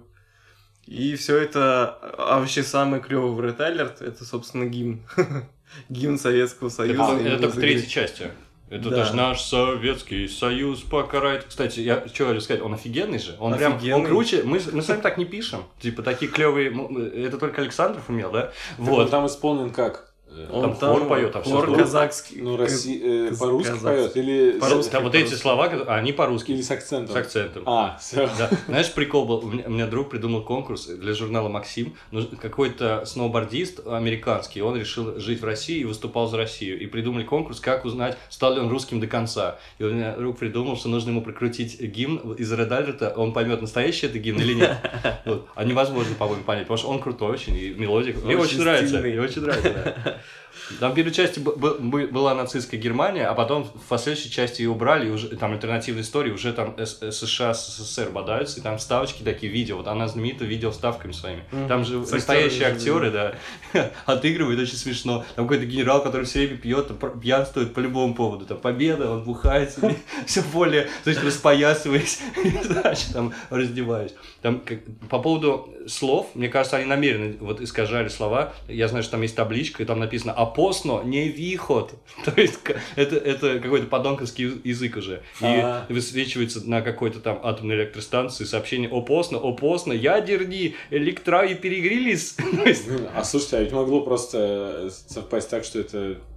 И все это, а вообще самое клевое в Red Alert, это, собственно, гимн. Гимн Советского Союза. Это только в третьей части. Это даже наш Советский Союз покарает. Кстати, я что хочу сказать, он офигенный же. Он прям, он круче. Мы с вами так не пишем. Типа такие клевые. Это только Александров умел, да? Вот. Там исполнен как? Там хор поет, а хор казахский. Ну, по-русски поет или... По-русски. Вот эти слова, они по-русски. Или с акцентом. С акцентом. Все. Да. Знаешь, прикол был, у меня друг придумал конкурс для журнала «Максим». Какой-то сноубордист американский, он решил жить в России и выступал за Россию. И придумали конкурс, как узнать, стал ли он русским до конца. И у меня друг придумал, что нужно ему прикрутить гимн из Red Alert, он поймет, настоящий это гимн или нет. Вот. А невозможно, по-моему, понять, потому что он крутой очень, и мелодия. Мне очень нравится. Мне очень нравится, Там в первой части была нацистская Германия, а потом в последующей части ее убрали, и уже там альтернативная история, уже там США с СССР бодаются, и там вставочки такие видео, вот она знаменита видео вставками своими. Там же настоящие актеры, да, отыгрывают, очень смешно. Там какой-то генерал, который все время пьет, пьянствует по любому поводу, там победа, он бухает себе, все более, то есть распоясываясь, значит, там раздеваясь. Там по поводу слов, мне кажется, они намеренно вот искажали слова. Я знаю, что там есть табличка, и там написано «опосно не виход». То есть это какой-то подонковский язык уже. И высвечивается на какой-то там атомной электростанции сообщение «опосно, ядерные электрои перегрелись». А слушайте, а ведь могло просто совпасть так, что это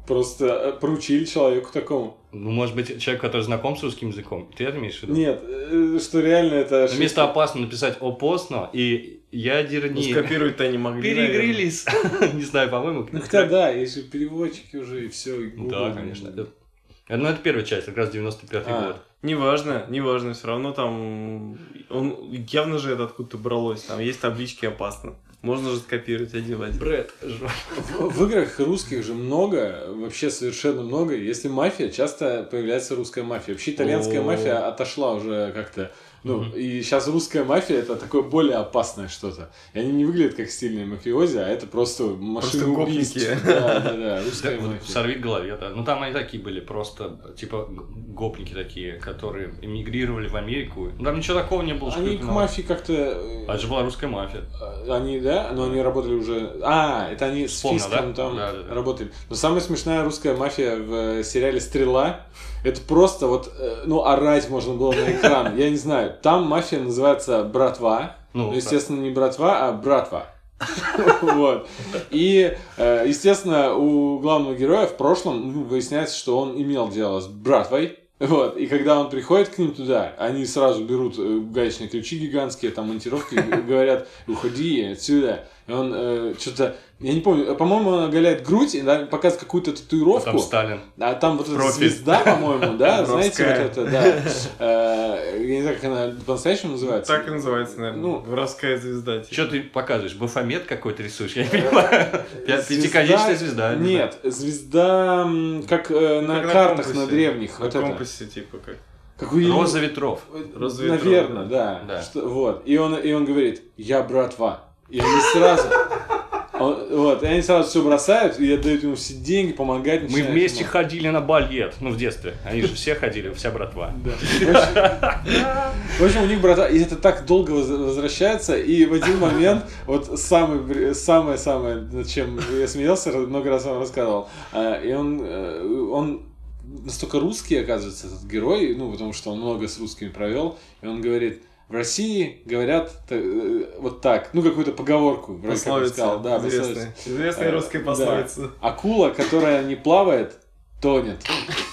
просто поручили человеку такому. Ну, может быть, человек, который знаком с русским языком. Ты это имеешь в виду? Нет, что реально это ошибка. Вместо опасно написать опосно и ядернее. Скопировать-то они могли, Перегрелись. Не знаю, по-моему. Ну, хотя да, есть же переводчики уже, и все. Да, конечно. Ну, это первая часть, как раз 95-й год. Неважно, все равно там... Явно же это откуда-то бралось. Там есть таблички «опасно». Можно же скопировать, одевать. Брэд. В играх русских же много, вообще совершенно много. Если мафия, часто появляется русская мафия. Вообще итальянская мафия отошла уже как-то. Ну, и сейчас русская мафия это такое более опасное что-то. И они не выглядят как стильные мафиози, а это просто машины убийств. Да, русская мафия. Сорви голове, да. Ну, там они такие были, просто, типа, гопники такие, которые эмигрировали в Америку. Ну, там ничего такого не было. Они к мафии как-то... А это же была русская мафия. Они, да? Но они работали уже... это они с Фиском там работали. Но самая смешная русская мафия в сериале «Стрела». Это просто вот, орать можно было на экран. Я не знаю. Там мафия называется «Братва». Ну, естественно, не «Братва», а «Братва». Вот. И, естественно, у главного героя в прошлом выясняется, что он имел дело с братвой. Вот. И когда он приходит к ним туда, они сразу берут гаечные ключи гигантские, там монтировки, говорят: уходи отсюда. И он что-то, я не помню, по-моему, он оголяет грудь и показывает какую-то татуировку. А там Сталин. А там вот эта звезда, по-моему, да, знаете, вот это, да. Я не знаю, как она по-настоящему называется. Так и называется, наверное. Воровская звезда. Что ты показываешь? Бафомет какой-то рисуешь? Я не понимаю. Пятиконечная звезда. Нет, звезда, как на картах на древних. На компасе, типа как. Роза ветров. Наверное, да. Вот. И он говорит: я братва. И они сразу... и они сразу все бросают и отдают ему все деньги, помогать. Мы вместе ходили на балет. Ну, в детстве. Они же все ходили, вся братва. В общем, у них братва... И это так долго возвращается. И в один момент, вот самое-самое, над чем я смеялся, много раз вам рассказывал. И он настолько русский, оказывается, этот герой, потому что он много с русскими провел. И он говорит... В России говорят вот так, какую-то поговорку. Пословица, да, известная русская пословица. Да. Акула, которая не плавает, тонет.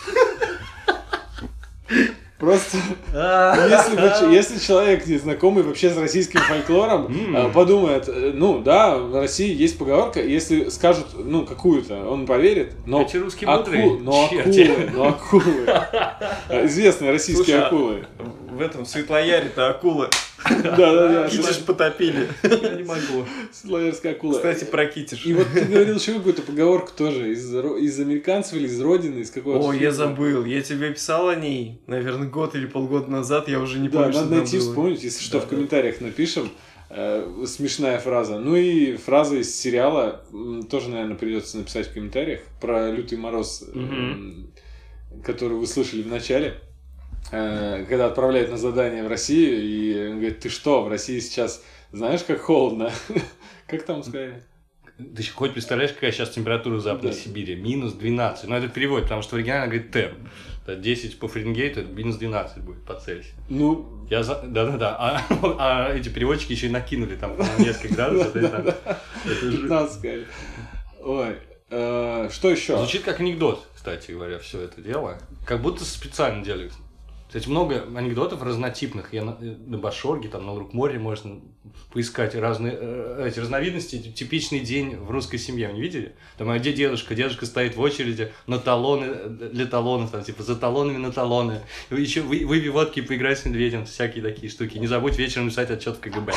Просто, если человек не знакомый вообще с российским фолклором, подумает, в России есть поговорка, если скажут, какую-то, он поверит, но эти русские мудрые, акулы, известные российские акулы. В этом Светлояре-то акулы. Да. Китиш потопили. Я не могу. Светлоярская акула. Кстати, про Китиш. И вот ты говорил еще какую-то поговорку тоже из американцев или из родины, из какого-то... О, я забыл. Я тебе писал о ней, наверное, год или полгода назад. Я уже не помню, что надо найти, вспомнить. Если что, в комментариях напишем. Смешная фраза. Ну и фраза из сериала тоже, наверное, придется написать в комментариях. Про лютый мороз, который вы слышали в начале. Когда отправляют на задание в Россию, и он говорит: ты что, в России сейчас знаешь, как холодно? Как там сказали? Ты хоть представляешь, какая сейчас температура в Западной Сибири? Минус 12. Но это перевод, потому что в оригинале говорит терм. 10 по Фаренгейту, минус 12 будет по Цельсию. Да. А эти переводчики еще и накинули там несколько градусов. 15 сказали. Ой. Что еще? Звучит как анекдот, кстати говоря, все это дело. Как будто специально делают. Кстати, много анекдотов разнотипных. Я на Башорге, там на Лукморье можно поискать разные эти разновидности. Типичный день в русской семье. Вы не видели? Там, где дедушка? Дедушка стоит в очереди на талоны для талонов, там, типа за талонами на талоны. Еще выпей водки и поиграй с медведем. Всякие такие штуки. Не забудь вечером написать отчет в КГБ.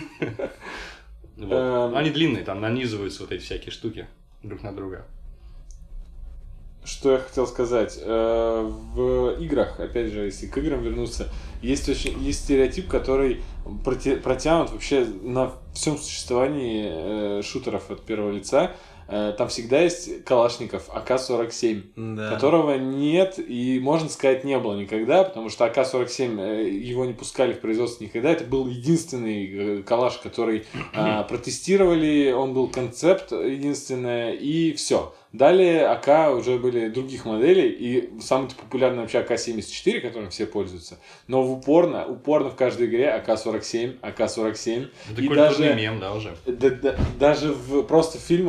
Они длинные, там нанизываются вот эти всякие штуки друг на друга. Что я хотел сказать? В играх, опять же, если к играм вернуться, есть стереотип, который протянут вообще на всем существовании шутеров от первого лица. Там всегда есть Калашников АК-47, которого нет и, можно сказать, не было никогда, потому что АК-47, его не пускали в производство никогда. Это был единственный калаш, который протестировали, он был концепт единственное, и все. Далее АК уже были других моделей, и самый популярный вообще АК-74, которым все пользуются. Но упорно в каждой игре АК-47. Это культурный мем, да, уже? Даже просто в фильмах говорят,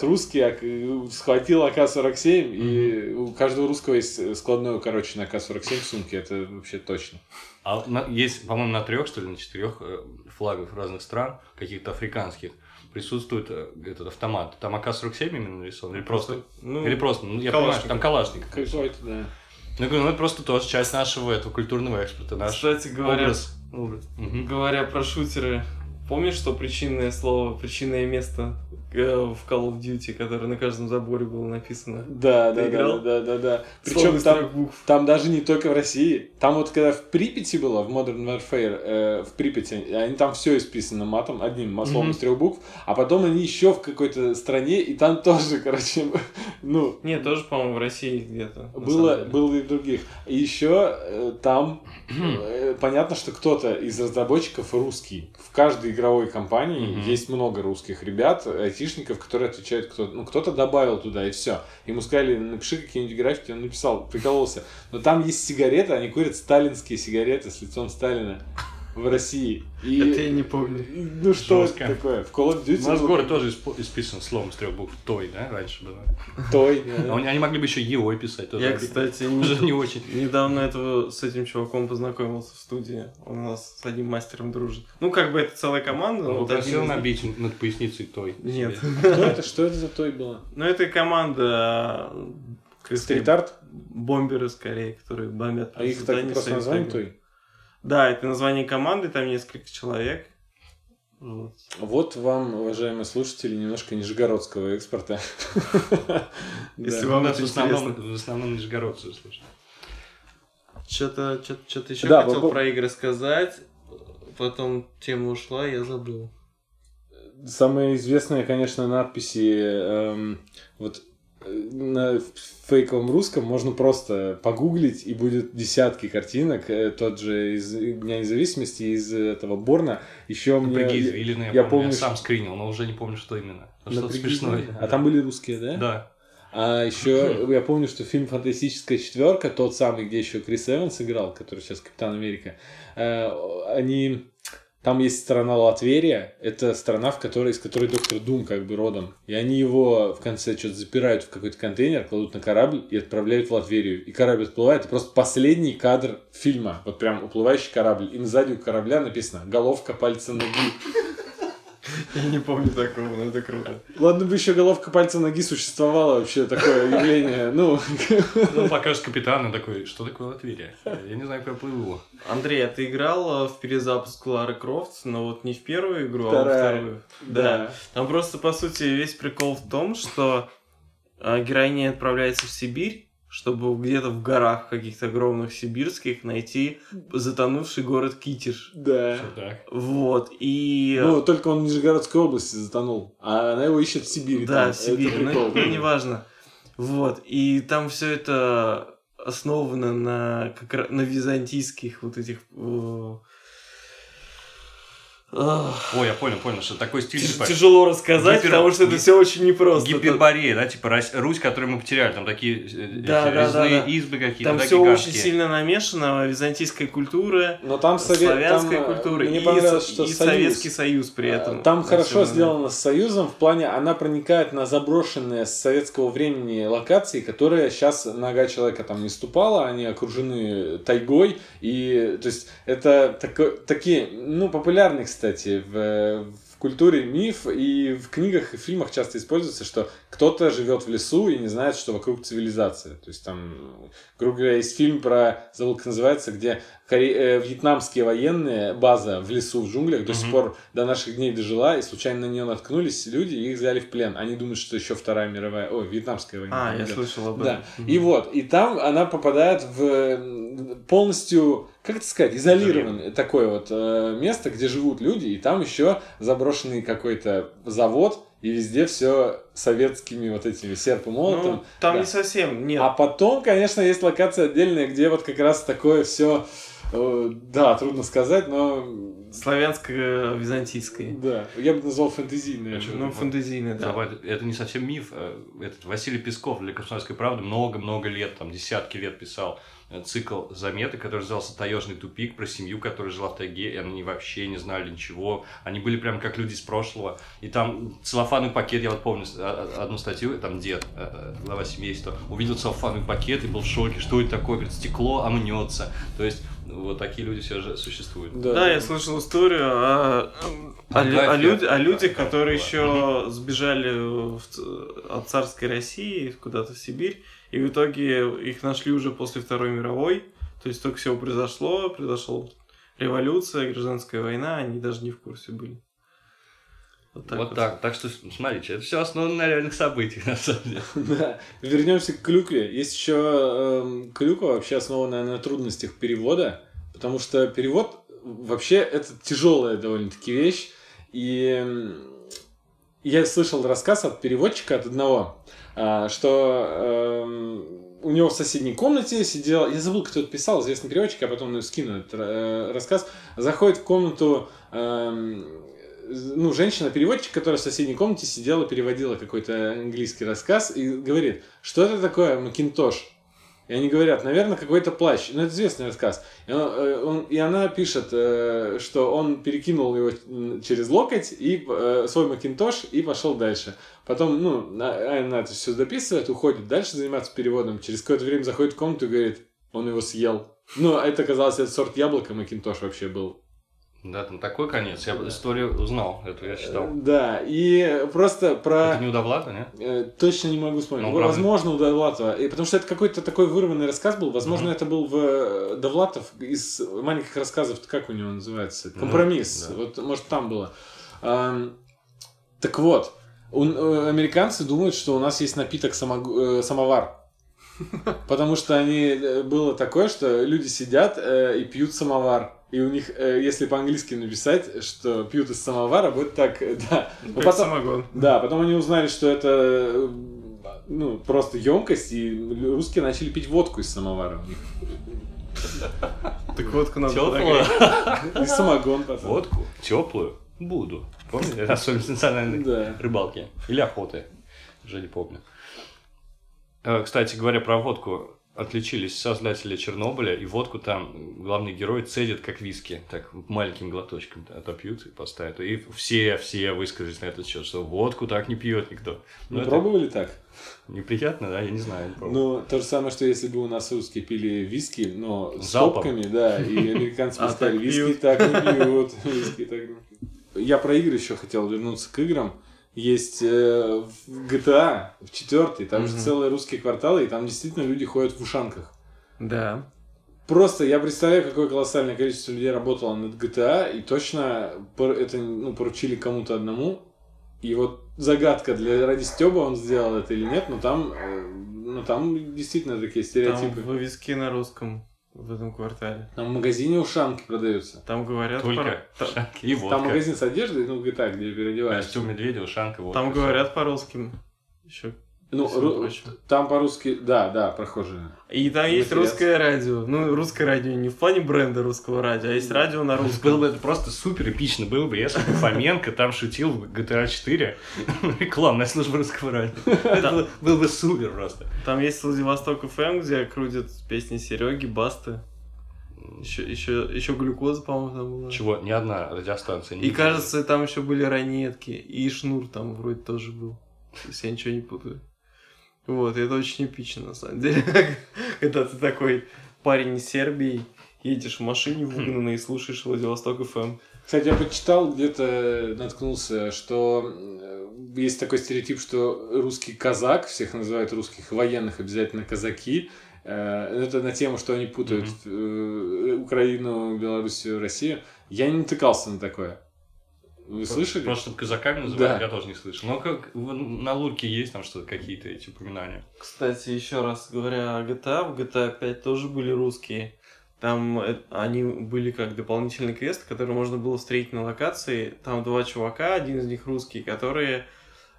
говорят русские, схватил АК-47, и у каждого русского есть складной укороченный АК-47 в сумке, это вообще точно. А есть, по-моему, на 3, что ли, на 4 флагах разных стран, каких-то африканских, присутствует этот автомат. Там АК-47 именно нарисован? Или просто? Я понимаю, что там калашник. Какой-то, да. Ну, это просто тоже часть нашего этого культурного экспорта. Наш Кстати, говоря образ. про шутеры, помнишь, что причинное место в Call of Duty, которое на каждом заборе было написано? Да. Причем там даже не только в России. Там вот когда в Припяти было, в Modern Warfare, в Припяти, они там все исписано матом, одним словом из 3 букв, а потом они еще в какой-то стране, и там тоже, короче, ну... Нет, тоже, по-моему, в России где-то. Было и в других. И еще там понятно, что кто-то из разработчиков русский. В каждой игровой компании есть много русских ребят, айтишников, которые отвечают, кто-то добавил туда, и все. Ему сказали, напиши какие-нибудь граффити, он написал, прикололся. Но там есть сигареты, они курят сталинские сигареты с лицом Сталина в России. Это я не помню. Ну что это такое? В Call of Duty... У нас город тоже исписан словом с 3 букв. Той, да, раньше было. Той. Они могли бы еще ЕО писать. Я, кстати, уже не очень. Недавно с этим чуваком познакомился в студии. Он у нас с одним мастером дружит. Ну, как бы это целая команда. Он попросил набить над поясницей Той. Нет. Что это за Той было? Ну, это команда... Стрит-арт? Бомберы, скорее, которые бомбят. А их так просто название Той? Да, это название команды, там несколько человек. Вот вам, уважаемые слушатели, немножко нижегородского экспорта. Если вам это интересно. В основном нижегородцы слушают. Что-то еще хотел про игры сказать, потом тема ушла, я забыл. Самые известные, конечно, надписи вот на фейковом русском можно просто погуглить, и будет десятки картинок. Тот же из Дня независимости, из этого Борна. Еще мне... Я помню, я сам скринил, но уже не помню, что именно. Что-то смешное. А там были русские, да? Да. А еще я помню, что фильм «Фантастическая четверка», тот самый, где еще Крис Эванс играл, который сейчас Капитан Америка, там есть страна Латверия, это страна, из которой Доктор Дум как бы родом. И они его в конце что-то запирают в какой-то контейнер, кладут на корабль и отправляют в Латверию. И корабль отплывает, и просто последний кадр фильма, вот прям уплывающий корабль. И сзади у корабля написано «Головка пальца ноги». Я не помню такого, но это круто. Ладно бы еще головка пальца ноги существовало вообще такое явление. Ну, покажешь капитана такой, что такое Латверия? Я не знаю, как я плыву. Андрей, а ты играл в перезапуск Лары Крофт, но вот не в первую игру, а во вторую? Да. Там просто, по сути, весь прикол в том, что героиня отправляется в Сибирь, чтобы где-то в горах каких-то огромных сибирских найти затонувший город Китиш. Да. Вот, и... Ну, только он в Нижегородской области затонул, а она его ищет в Сибири. Да, там. В Сибири, ну, неважно. Вот, и там все это основано на византийских вот этих... Ой, я понял, что такой стиль... Тяжело рассказать, потому что это все очень непросто. Гиперборея, да, типа Русь, которую мы потеряли, там такие резные избы какие-то, там все очень сильно намешано, византийская культура, славянская культура и Советский Союз при этом. Там хорошо сделано с Союзом, в плане она проникает на заброшенные с советского времени локации, которые сейчас нога человека там не ступала, они окружены тайгой, и то есть это такие, ну, популярные, кстати, в культуре миф и в книгах и фильмах часто используется, что кто-то живет в лесу и не знает, что вокруг цивилизация. То есть там, грубо говоря, есть фильм про, забыл, как называется, где вьетнамские военные, база в лесу, в джунглях, до сих пор до наших дней дожила, и случайно на нее наткнулись люди, и их взяли в плен. Они думают, что еще Вторая мировая, вьетнамская война. Я слышал об этом. Да. И вот, и там она попадает в полностью, как это сказать, изолированное такое вот место, где живут люди, и там еще заброшенный какой-то завод, и везде все советскими вот этими серп и молотом. Ну, там не совсем, нет. А потом, конечно, есть локация отдельная, где вот как раз такое все Да, трудно сказать, но... Славянско-византийской. Да, я бы назвал фэнтезийный. Ну, фэнтезийный, да. Это не совсем миф. Этот Василий Песков для «Комсомольской правды» много-много лет, там десятки лет писал цикл заметок, который назывался «Таежный тупик», про семью, которая жила в тайге, и они вообще не знали ничего. Они были прям как люди из прошлого. И там целлофановый пакет, я вот помню одну статью, там дед, глава семейства, увидел целлофановый пакет и был в шоке, что это такое, говорит, стекло, мнется. То есть вот такие люди все же существуют. Да, я слышал историю о людях, которые еще сбежали от царской России куда-то в Сибирь, и в итоге их нашли уже после Второй мировой, то есть только всего произошла революция, гражданская война, они даже не в курсе были. Вот так. Так что, смотрите, это все основано на реальных событиях, на самом деле. Да. Вернемся к клюкве. Есть еще клюква, вообще основанная на трудностях перевода, потому что перевод вообще это тяжелая довольно-таки вещь. И я слышал рассказ от переводчика, от одного, что у него в соседней комнате сидел, я забыл, кто это писал, известный переводчик, а потом скину этот рассказ, заходит в комнату женщина-переводчик, которая в соседней комнате сидела, переводила какой-то английский рассказ и говорит, что это такое Макинтош? И они говорят, наверное, какой-то плащ. Ну, это известный рассказ. И она пишет, что он перекинул его через локоть, и свой Макинтош, и пошел дальше. Потом, она это все дописывает, уходит дальше заниматься переводом. Через какое-то время заходит в комнату и говорит, он его съел. Ну, это оказалось, это сорт яблока Макинтош вообще был. Да, там такой конец. Я историю узнал, эту я читал. Да, и просто про... Это не у Довлата, нет? Точно не могу вспомнить. Возможно, у Довлатова. Потому что это какой-то такой вырванный рассказ был. Возможно, это был в Довлатов из маленьких рассказов, как у него называется? Компромисс. Да. Вот, может, там было. Так вот, американцы думают, что у нас есть напиток самовар. Потому что было такое, что люди сидят и пьют самовар. И у них, если по-английски написать, что пьют из самовара, будет так, да. Как потом, самогон. Да, потом они узнали, что это просто емкость, и русские начали пить водку из самовара у них. Так водку надо теплую. И самогон потом. Водку теплую буду. Помните? Это особенность национальной рыбалки. Или охоты. Уже не помню. Кстати говоря, про водку. Отличились создатели Чернобыля, и водку там главный герой цедит как виски, так маленьким глоточком отопьют и поставят. И все высказались на этот счет, что водку так не пьет никто. Вы пробовали так? Неприятно, да? Я не знаю. Не ну, то же самое, что если бы у нас русские пили виски, но с копками, да, и американцы поставили виски так не пьют. Виски так не пьют. Я про игры еще хотел вернуться к играм. Есть в GTA, в 4, там же целые русские кварталы, и там действительно люди ходят в ушанках. Да. Просто я представляю, какое колоссальное количество людей работало над GTA, и точно это поручили кому-то одному. И вот загадка ради Стёба он сделал это или нет, но там действительно такие стереотипы. Там вывески на русском. В этом квартале. Там в магазине ушанки продаются. Там говорят... Только ушанки и водка. Там магазин с одеждой, GTA, где переодеваешься. Костюм медведя, ушанка, водка. Там говорят по-русски. Еще. Там по-русски, да, прохожие. И там есть русское радио. Ну, русское радио не в плане бренда русского радио, а есть радио на русском. Было бы это просто супер эпично было бы, если бы Фоменко там шутил в GTA 4. Рекламная служба русского радио. Это было бы супер просто. Там есть Владивосток ФМ, где крутят песни Сереги, Басты. Еще глюкоза, по-моему, там была. Чего? Ни одна радиостанция не. И кажется, там еще были ранетки. И Шнур там вроде тоже был. Если я ничего не путаю. Вот, это очень эпично, на самом деле. Когда ты такой парень из Сербии, едешь в машине выгнанный и слушаешь Владивосток ФМ. Кстати, я почитал, где-то наткнулся, что есть такой стереотип, что русский казак, всех называют русских военных обязательно казаки. Это на тему, что они путают Украину, Белоруссию, Россию. Я не натыкался на такое. Вы слышали? Просто казаками называют, да. Я тоже не слышал. Но как на Лурке есть там что-то, какие-то эти упоминания. Кстати, еще раз говоря о GTA, в GTA 5 тоже были русские. Там они были как дополнительный квест, который можно было встретить на локации. Там 2 чувака, один из них русский, которые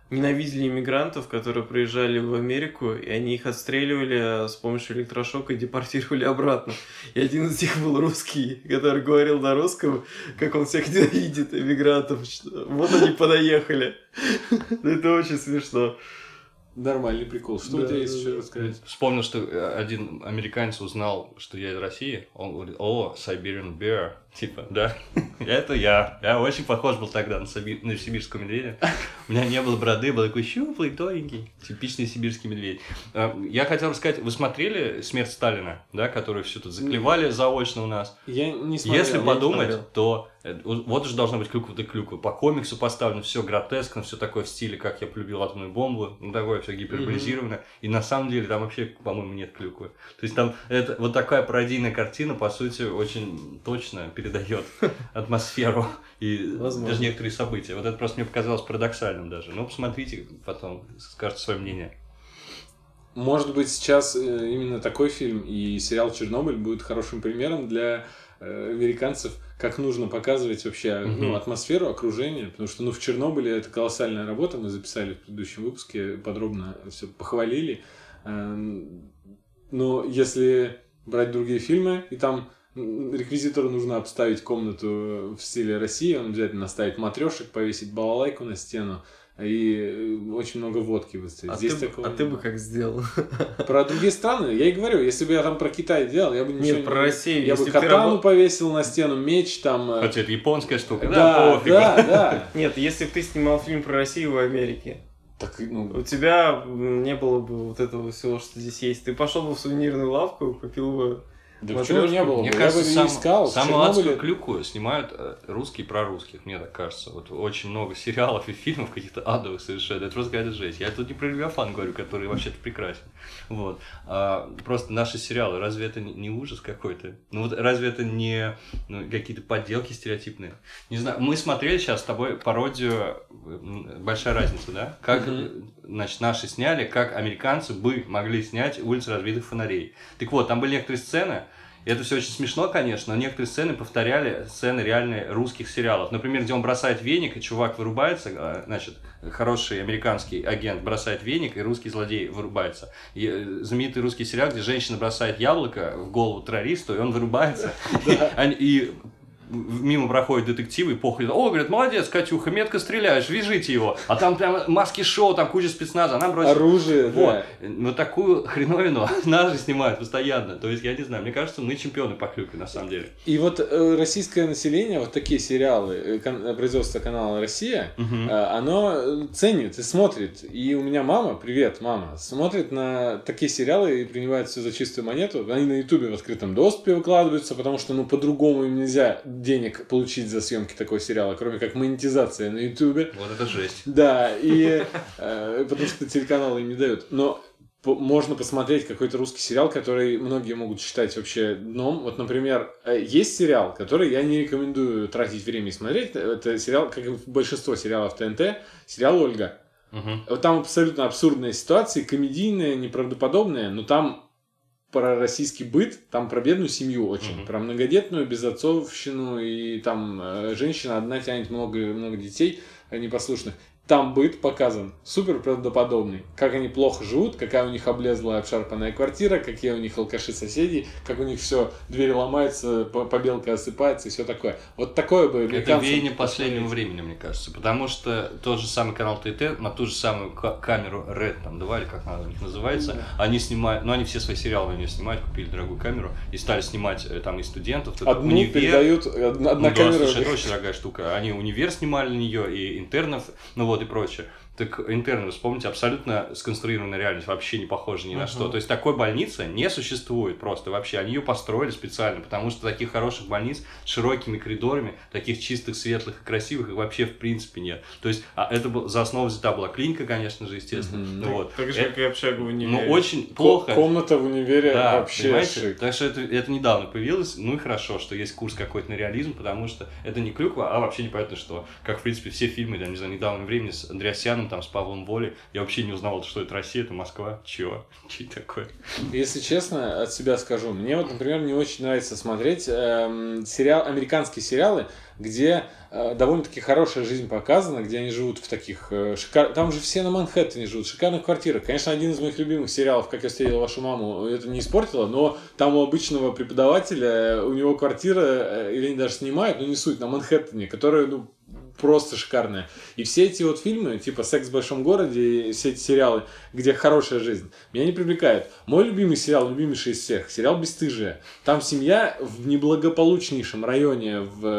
ненавидели иммигрантов, которые приезжали в Америку, и они их отстреливали с помощью электрошока и депортировали обратно. И один из них был русский, который говорил на русском, как он всех ненавидит, иммигрантов. Вот они понаехали. Это очень смешно. Нормальный прикол. Что у тебя есть еще рассказать? Вспомнил, что один американец узнал, что я из России. Он говорит: о, Siberian Bear. Типа, да, это я. Я очень похож был тогда на сибирского медведя. У меня не было бороды, был такой щуплый, тоненький. Типичный сибирский медведь. Я хотел рассказать, вы смотрели «Смерть Сталина», да, которую все тут заклевали заочно у нас? Я не смотрел. Если подумать, то вот же должна быть клюква да клюква. По комиксу поставлено все гротескно, все такое в стиле «Как я полюбил атомную бомбу», ну такое все гиперболизировано. И на самом деле там вообще, по-моему, нет клюквы. То есть там это вот такая пародийная картина, по сути, очень точно передает атмосферу и даже некоторые события. Вот это просто мне показалось парадоксальным даже. Ну, посмотрите, потом скажете свое мнение. Может быть, сейчас именно такой фильм и сериал «Чернобыль» будет хорошим примером для американцев, как нужно показывать вообще атмосферу, окружение, потому что в Чернобыле это колоссальная работа, мы записали в предыдущем выпуске, подробно все похвалили. Но если брать другие фильмы, и там реквизитору нужно обставить комнату в стиле России, он обязательно ставит матрешек, повесить балалайку на стену и очень много водки выставить. А ты бы как сделал? Про другие страны? Я и говорю, если бы я там про Китай делал, я бы ничего Нет, про Россию. Я бы катану повесил на стену, меч там... Хотя это японская штука, да. Нет, если бы ты снимал фильм про Россию в Америке, так, у тебя не было бы вот этого всего, что здесь есть. Ты пошел бы в сувенирную лавку, купил бы... Да почему не было? Мне я кажется, бы не искал. самую адскую клюкву снимают русские про русских, мне так кажется. Вот очень много сериалов и фильмов каких-то адовых совершенно. Это просто какая-то жесть. Я тут не про Левиафан говорю, который вообще-то прекрасен. Вот. Просто наши сериалы, разве это не ужас какой-то? Ну вот разве это не какие-то подделки стереотипные? Не знаю, мы смотрели сейчас с тобой пародию «Большая разница», да? Как, значит, наши сняли, как американцы бы могли снять «Улицы разбитых фонарей». Так вот, там были некоторые сцены. И это все очень смешно, конечно, но некоторые сцены повторяли сцены реальные русских сериалов. Например, где он бросает веник, и чувак вырубается, значит, хороший американский агент бросает веник, и русский злодей вырубается. И знаменитый русский сериал, где женщина бросает яблоко в голову террористу, и он вырубается. И мимо проходят детективы и похуй. О, говорят, молодец, Катюха, метко стреляешь, вяжите его. А там прям маски-шоу, там куча спецназа, она бросит... Оружие, вот. да. Вот такую хреновину нас же снимают постоянно. То есть, я не знаю, мне кажется, мы чемпионы по клюкве, на самом деле. И вот российское население, вот такие сериалы, производство канала «Россия», оно ценит и смотрит. И у меня мама, привет, мама, смотрит на такие сериалы и принимает все за чистую монету. Они на Ютубе в открытом доступе выкладываются, потому что, по-другому им нельзя денег получить за съемки такого сериала, кроме как монетизация на Ютубе. Вот это жесть. Да, и потому что телеканалы им не дают. Но можно посмотреть какой-то русский сериал, который многие могут считать вообще дном. Вот, например, есть сериал, который я не рекомендую тратить время и смотреть. Это сериал, как и большинство сериалов ТНТ, сериал «Ольга». Вот там абсолютно абсурдные ситуации, комедийные, неправдоподобные, но там про российский быт, там про бедную семью очень, про многодетную, безотцовщину, и там женщина одна тянет много детей непослушных. Там быт показан супер правдоподобный. Как они плохо живут, какая у них облезлая обшарпанная квартира, какие у них алкаши-соседи, как у них все, двери ломаются, побелка осыпается и все такое. Вот такое бы американцам... Это веяние последнего времени, мне кажется. Потому что тот же самый канал ТТ на ту же самую камеру Red, там, или как она у них называется, они снимают, они все свои сериалы на нее снимают, купили дорогую камеру и стали снимать там и студентов. Одну универ. передают, одна камера... Да, слушай, это очень дорогая штука. Они универ снимали на нее и интернов, и прочее. Так интерны, вспомните, абсолютно сконструированная реальность, вообще не похожа ни на что. То есть такой больницы не существует просто вообще. Они ее построили специально, потому что таких хороших больниц с широкими коридорами, таких чистых, светлых и красивых, их вообще в принципе нет. То есть это за основу взята была клиника, конечно же, естественно. Вот. Так же, как и общага в универе. Ну, очень плохо. Комната в универе вообще шик. Так что это недавно появилось. Ну и хорошо, что есть курс какой-то на реализм, потому что это не клюква, а вообще непонятно что. Как, в принципе, все фильмы, не знаю, недавнего времени с Андреасяном Собянин, там, с Павлом Волей. Я вообще не узнал, что это Россия, это Москва. Чего? Что это такое? Если честно, от себя скажу, мне вот, например, не очень нравится смотреть американские сериалы, где довольно-таки хорошая жизнь показана, где они живут в таких шикарных... Там же все на Манхэттене живут, в шикарных квартирах. Конечно, один из моих любимых сериалов, «Как я встретил вашу маму», это не испортило, но там у обычного преподавателя, у него квартира, или они даже снимают, но не суть, на Манхэттене, которая, ну, просто шикарная. И все эти вот фильмы, типа «Секс в большом городе», и все эти сериалы, где хорошая жизнь, меня не привлекают. Мой любимый сериал, любимейший из всех, сериал «Бесстыжие». Там семья в неблагополучнейшем районе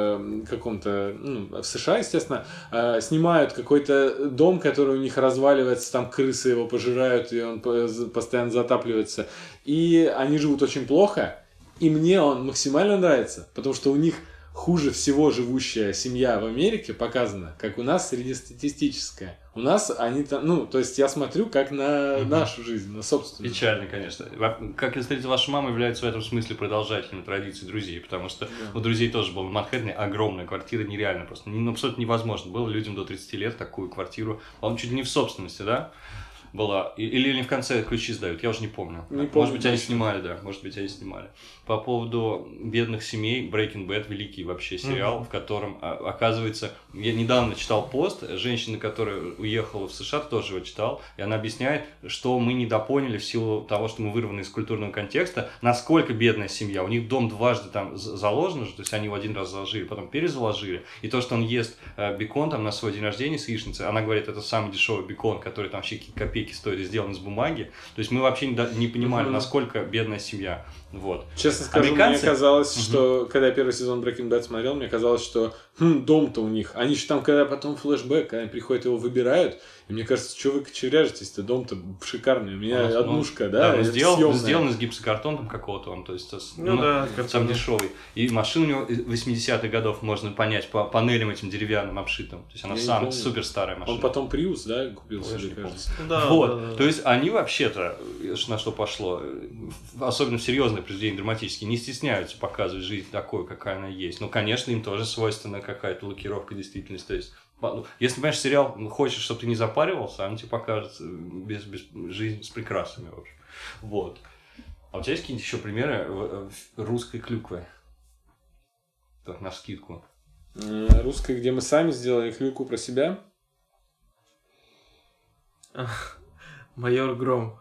в каком-то, ну, в США, естественно, снимают какой-то дом, который у них разваливается, там крысы его пожирают, и он постоянно затапливается. И они живут очень плохо, и мне он максимально нравится, потому что у них хуже всего живущая семья в Америке показана, как у нас среднестатистическая. У нас они там, ну, то есть я смотрю как на нашу жизнь, на собственную. Печально, конечно. «Как я встретил вашу маму» является в этом смысле продолжателем традиции друзей, потому что у друзей тоже был в Манхэттене огромная квартира, нереально просто. Абсолютно невозможно было людям до 30 лет такую квартиру, по-моему, чуть ли не в собственности, да? Была. Или они в конце ключи сдают, я уже не помню. Может быть, они снимали, да. Может быть, они снимали. По поводу бедных семей, Breaking Bad, великий вообще сериал, в котором, оказывается, я недавно читал пост, женщина, которая уехала в США, тоже его читал, и она объясняет, что мы недопоняли в силу того, что мы вырваны из культурного контекста, насколько бедная семья. У них дом дважды там заложен, то есть они его один раз заложили, потом перезаложили. И то, что он ест бекон там на свой день рождения с яичницей, она говорит, это самый дешевый бекон, который там вообще копейки стоит, и сделан из бумаги. То есть мы вообще не понимали, насколько бедная семья. Вот. Честно скажу, мне казалось, что когда я первый сезон Breaking Bad смотрел, мне казалось, что дом-то у них. Они же там, когда потом флешбэк, когда они приходят, его выбирают, и мне кажется, что вы кочевряжетесь-то, дом-то шикарный. У меня однушка, да, сделан из гипсокартона там какого-то он, то есть сам дешевый. И машину у него 80-х годов можно понять по панелям этим деревянным обшитым. То есть она самая супер старая машина. Он потом Prius, да, купил себе, кажется. Вот, то есть они вообще-то, на что пошло, особенно в серьезных произведениях драматические, не стесняются показывать жизнь такой, какая она есть. Но, конечно, им тоже свойственна какая-то лакировка действительности. То есть, если, понимаешь, сериал хочешь, чтобы ты не запаривался, он тебе покажет без жизнь с прикрасами, в общем. Вот. А у тебя есть какие-нибудь еще примеры русской клюквы? Так, навскидку. Русской, где мы сами сделали клюкву про себя? Майор Гром.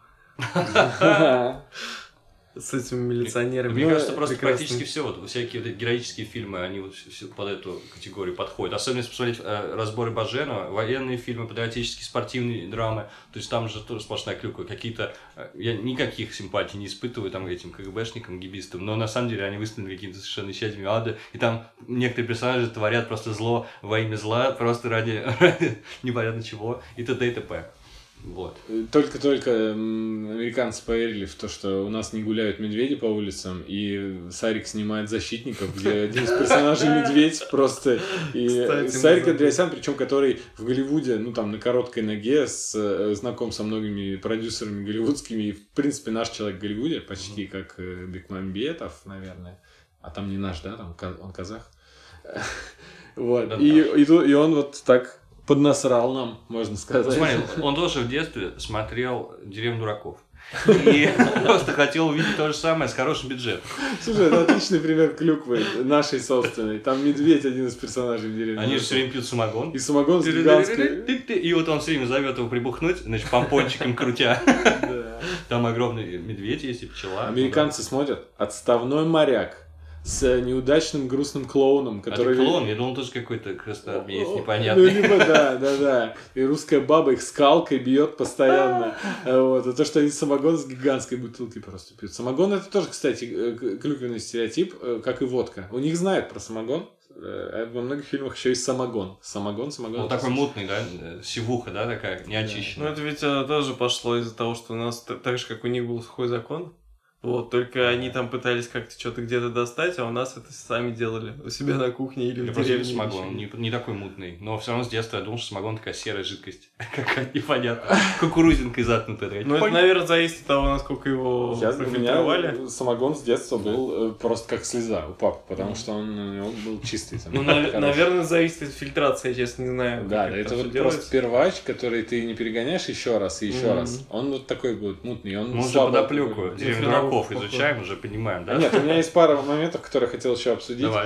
С этими милиционерами. Мне кажется, просто практически все, вот всякие вот героические фильмы, они вот под эту категорию подходят. Особенно если посмотреть разборы Баженова, военные фильмы, патриотические, спортивные драмы. То есть там же тоже сплошная клюква. Какие-то... Я никаких симпатий не испытываю там этим КГБшникам, гибистам, но на самом деле они выставлены какими-то совершенно исчадиями ада. И там некоторые персонажи творят просто зло во имя зла, просто ради непонятно чего, и т.д. и т.п. Вот. Только американцы поверили в то, что у нас не гуляют медведи по улицам, и Сарик снимает «Защитников», где один из персонажей медведь просто. И Сарик Андреасян, причем который в Голливуде, ну там на короткой ноге, знаком со многими продюсерами голливудскими, и в принципе наш человек в Голливуде, почти как Бекмамбетов, наверное. А там не наш, да, там он казах. Вот. И он вот так поднасрал нам, можно сказать. Смотри, он тоже в детстве смотрел «Деревню дураков». И просто хотел увидеть то же самое с хорошим бюджетом. Слушай, это отличный пример клюквы нашей собственной. Там медведь один из персонажей в «Деревне». Они же все время пьют самогон. И самогон с гигантской... И вот он все время зовет его прибухнуть, значит, помпончиком крутя. Там огромный медведь есть и пчела. Американцы смотрят «Отставной моряк» с неудачным грустным клоуном, который... Это клоун? Я думал, тоже какой-то красноармеец непонятный. Ну, либо да. И русская баба их скалкой бьет постоянно. Вот. А то, что они самогон с гигантской бутылки просто пьют. Самогон — это тоже, кстати, клюквенный стереотип, как и водка. У них знают про самогон. Во многих фильмах еще есть самогон. Самогон. Вот такой мутный, да? Сивуха, да, такая, неочищенная. Ну, это ведь тоже пошло из-за того, что у нас, так же, как у них был сухой закон, Вот, только они там пытались как-то что-то где-то достать, а у нас это сами делали. У себя на кухне или Я в просто люблю деревне. самогон, не такой мутный. Но все равно с детства я думал, что самогон такая серая жидкость. Какая-то непонятная. Кукурузинкой заткнутая. Ну, это, наверное, зависит от того, насколько его У профильтровали. меня самогон с детства был просто как слеза у папы, потому что он был чистый. Там, Ну, хороший. наверное, зависит от фильтрации, я честно не знаю. Да, как это всё вот делается. просто первач, который ты не перегоняешь еще раз и еще раз. Он вот такой будет мутный. Он Мы уже слабо подоплеку выглядит. деревню Хреново дураков похоже. изучаем, уже понимаем, да? Нет, у меня есть пара моментов, которые я хотел еще обсудить. Давай.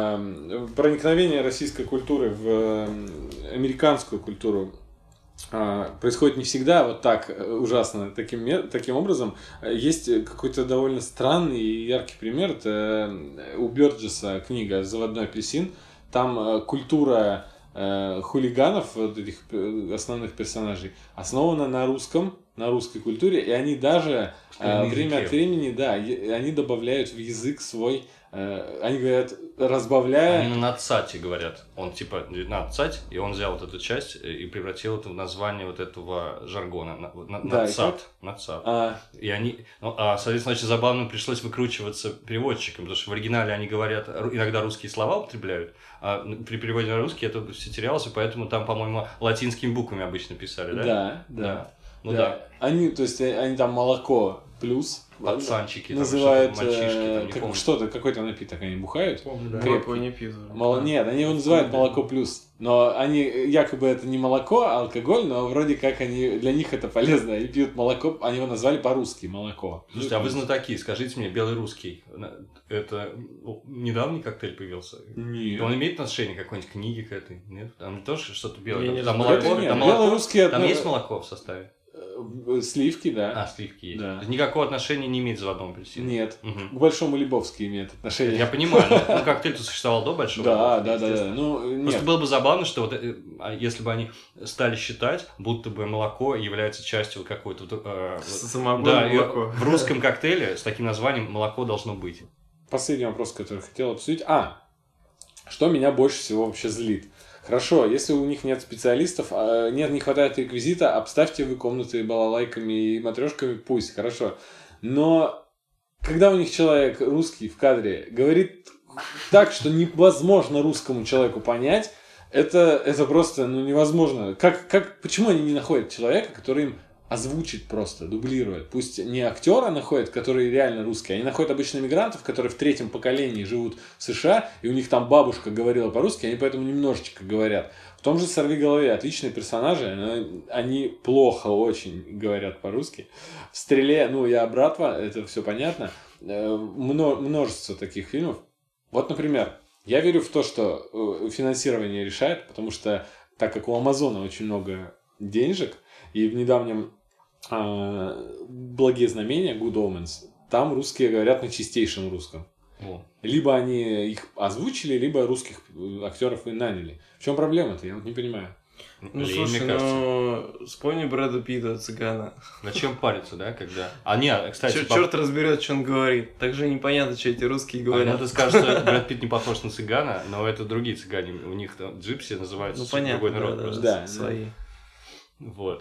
Проникновение российской культуры в американскую культуру происходит не всегда вот так ужасно, таким образом. Есть какой-то довольно странный и яркий пример. Это у Бёрджеса книга «Заводной апельсин». Там культура хулиганов, вот этих основных персонажей, основана на русской культуре, и они даже время от времени, да, они добавляют в язык свой, они говорят, разбавляя... Они на нацати говорят. Он типа нацать, и он взял вот эту часть и превратил это в название вот этого жаргона. Да, Нацат. Нацат. И они... соответственно, очень забавно пришлось выкручиваться переводчикам, потому что в оригинале они говорят, иногда русские слова употребляют, а при переводе на русский это все терялось, и поэтому там, по-моему, латинскими буквами обычно писали, да? Да. Ну да. Они там молоко плюс. Пацанчики, там, называют что-то мальчишки, там, не помню. что-то, какой-то напиток они бухают. Помню, да. Крепкий. Молоко не пьют. Нет, они его называют молоко плюс. Но они, якобы это не молоко, а алкоголь, но вроде как для них это полезно. Они пьют молоко, они его назвали по-русски молоко. Слушайте, а вы знатоки, скажите мне, белый русский, это недавний коктейль появился? Нет. Он имеет отношение к какой-нибудь книге к этой? Нет? Там тоже что-то белое? Я не Там знаю. молоко? Нет, Там белый молоко? русский Там есть молоко в составе? Сливки, да. А, сливки есть. Да. То есть никакого отношения не имеет к заводному апельсину? Нет. Мгм. К Большому Лебовски имеет отношение. Я понимаю, но коктейль-то существовал до большого. Да. естественно. Ну, Просто нет. было бы забавно, что вот если бы они стали считать, будто бы молоко является частью какой-то... Самогон, да, и молоко. в русском коктейле с таким названием молоко должно быть. Последний вопрос, который хотел обсудить. Что меня больше всего вообще злит? Хорошо, если у них нет специалистов, не хватает реквизита, обставьте вы комнаты балалайками и матрешками, пусть, хорошо. Но когда у них человек русский в кадре говорит так, что невозможно русскому человеку понять, это просто невозможно. Почему они не находят человека, который им озвучит просто, дублирует? Пусть не актера находят, который реально русский, они находят обычно мигрантов, которые в 3-м поколении живут в США, и у них там бабушка говорила по-русски, они поэтому немножечко говорят. В том же «Сорвиголове» отличные персонажи, они плохо очень говорят по-русски. В «Стреле», я братва, это все понятно. Множество таких фильмов. Вот, например, я верю в то, что финансирование решает, потому что, так как у Амазона очень много денежек, и в недавнем «Благие знамения», Good Omens, там русские говорят на чистейшем русском. О. Либо они их озвучили, либо русских актеров и наняли. В чем проблема-то? Я вот не понимаю. Ну, Лень, слушай, мне кажется. вспомни Брэда Питта, цыгана. Зачем париться, да, когда... кстати... Черт разберет, что он говорит. Так же непонятно, что эти русские говорят. ты скажешь, что Брэд Питт не похож на цыгана, но это другие цыгане. У них там джипси называются, Ну, понятно, другой народ просто. Да. свои. Вот.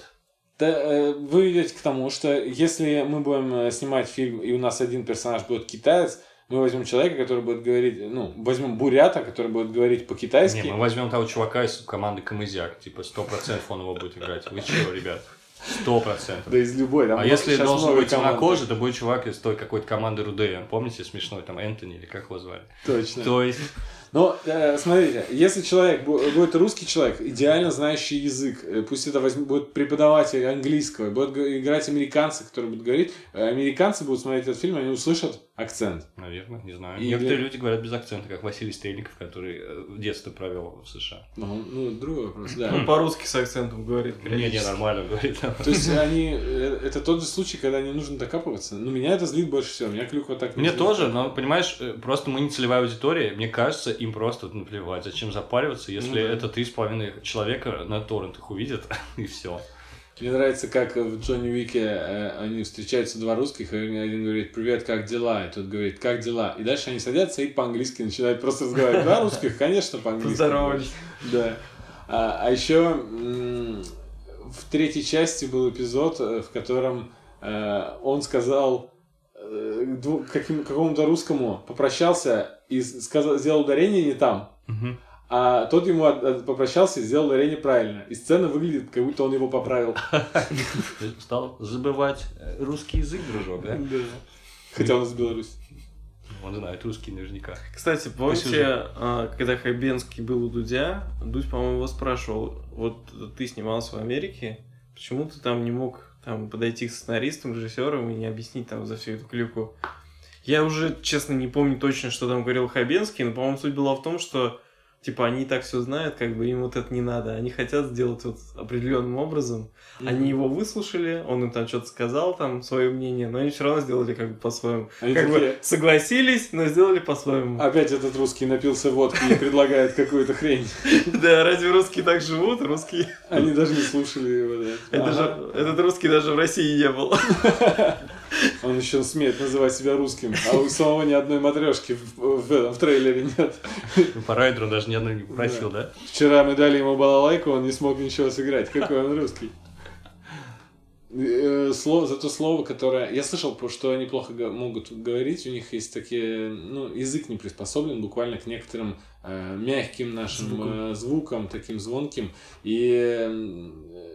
Вы идете к тому, что если мы будем снимать фильм, и у нас один персонаж будет китаец, мы возьмем человека, который будет говорить, возьмем бурята, который будет говорить по-китайски. Не, мы возьмем того чувака из команды Камызяк, типа 100% он его будет играть. Вы чего, ребят? 100%. Да из любой. Там Если сейчас должен много быть команд. темнокожий, то будет чувак из той какой-то команды Рудея. Помните смешной, там Энтони или как его звали? Точно. То есть... Но, смотрите, если человек будет русский человек, идеально знающий язык, пусть это будет преподаватель английского, будут играть американцы, которые будут говорить, американцы будут смотреть этот фильм, они услышат акцент. Наверное, не знаю. Или- Некоторые люди говорят без акцента, как Василий Стрельников, который детство провел в США. Другой вопрос, да. Он по-русски с акцентом говорит. Не, нормально говорит. То есть это тот же случай, когда не нужно докапываться. Меня это злит больше всего. Меня клюква так не Мне злит. тоже, но, понимаешь, просто мы не целевая аудитория. Мне кажется, им просто наплевать. Зачем запариваться, если это 3,5 человека на торрентах увидят, и все. Мне нравится, как в Джонни Уике они встречаются два русских, и один говорит: «Привет, как дела?» И тот говорит: «Как дела?» И дальше они садятся и по-английски начинают просто разговаривать. Два русских, конечно, по-английски. Поздоровались. Да. А еще в 3-й части был эпизод, в котором он сказал какому-то русскому попрощался и сделал ударение не там. А тот ему попрощался и сделал ударение правильно. И сцена выглядит, как будто он его поправил. Стал забывать русский язык, дружок, да? Да. Хотя он из Беларуси. Он знает русский наверняка. Кстати, помните, когда Хабенский был у Дудя, Дудь, по-моему, его спрашивал, вот ты снимался в Америке, почему ты там не мог подойти к сценаристам, режиссерам и не объяснить там за всю эту клюку? Я уже, честно, не помню точно, что там говорил Хабенский, но, по-моему, суть была в том, что типа они и так все знают, как бы им вот это не надо. Они хотят сделать вот определенным образом. Они его выслушали, он им там что-то сказал, там, свое мнение, но они все равно сделали как бы по-своему. Они как такие... бы согласились, но сделали по-своему. Опять этот русский напился водки и предлагает какую-то хрень. Да, разве русские так живут? Русские... Они даже не слушали его, да. Этот русский даже в России не был. Он еще смеет называть себя русским, а у самого ни одной матрешки в трейлере нет. По райдеру он даже ни одной не попросил, да? Вчера мы дали ему балалайку, он не смог ничего сыграть. Какой он русский. Зато слово, которое... Я слышал, что они плохо могут говорить, у них есть такие... Ну, язык не приспособлен буквально к некоторым мягким нашим звукам, таким звонким. И...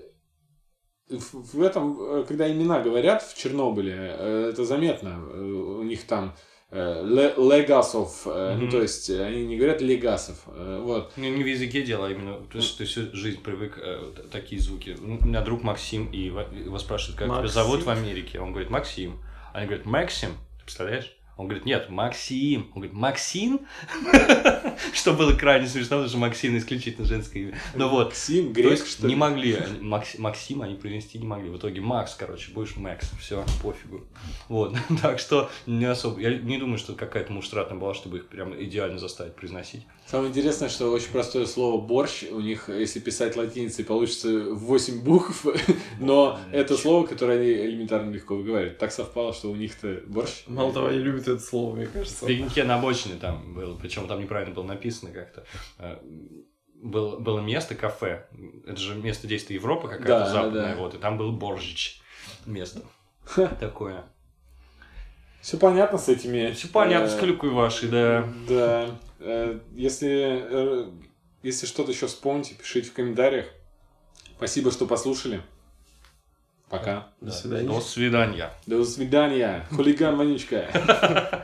В этом, когда имена говорят в Чернобыле, это заметно. У них там Легасов, ну, то есть они не говорят Легасов. Вот. Не в языке дело, а именно, то, что ты всю жизнь привык такие звуки. У меня друг Максим, и его спрашивают, как тебя зовут в Америке. Он говорит, Максим. Они говорят, Максим, ты представляешь? Он говорит, нет, Максим. Он говорит, Максим? Что было крайне смешно, потому что Максим исключительно женское имя. Ну вот. Максим, грек, что ли? Не могли, Максима они произнести не могли. В итоге Макс, короче, будешь Макс. Все, пофигу. Вот. Так что не особо. Я не думаю, что какая-то муштра там была, чтобы их прям идеально заставить произносить. Самое интересное, что очень простое слово борщ. У них, если писать латиницей, получится 8 букв. Но это слово, которое они элементарно легко выговаривают. Так совпало, что у них-то борщ. Мало того, они любят это слово, мне кажется. В пикнике на обочине там было, причем там неправильно было написано как-то. Было место, кафе. Это же место действия Европы какая-то западная. Вот, и там был боржич. Место. Такое. Все понятно с этими... Все понятно с клюкой вашей, да. Да. Если что-то еще вспомните, пишите в комментариях. Спасибо, что послушали. Пока. До свидания. До свидания. До свидания. Хулиган Вонючка.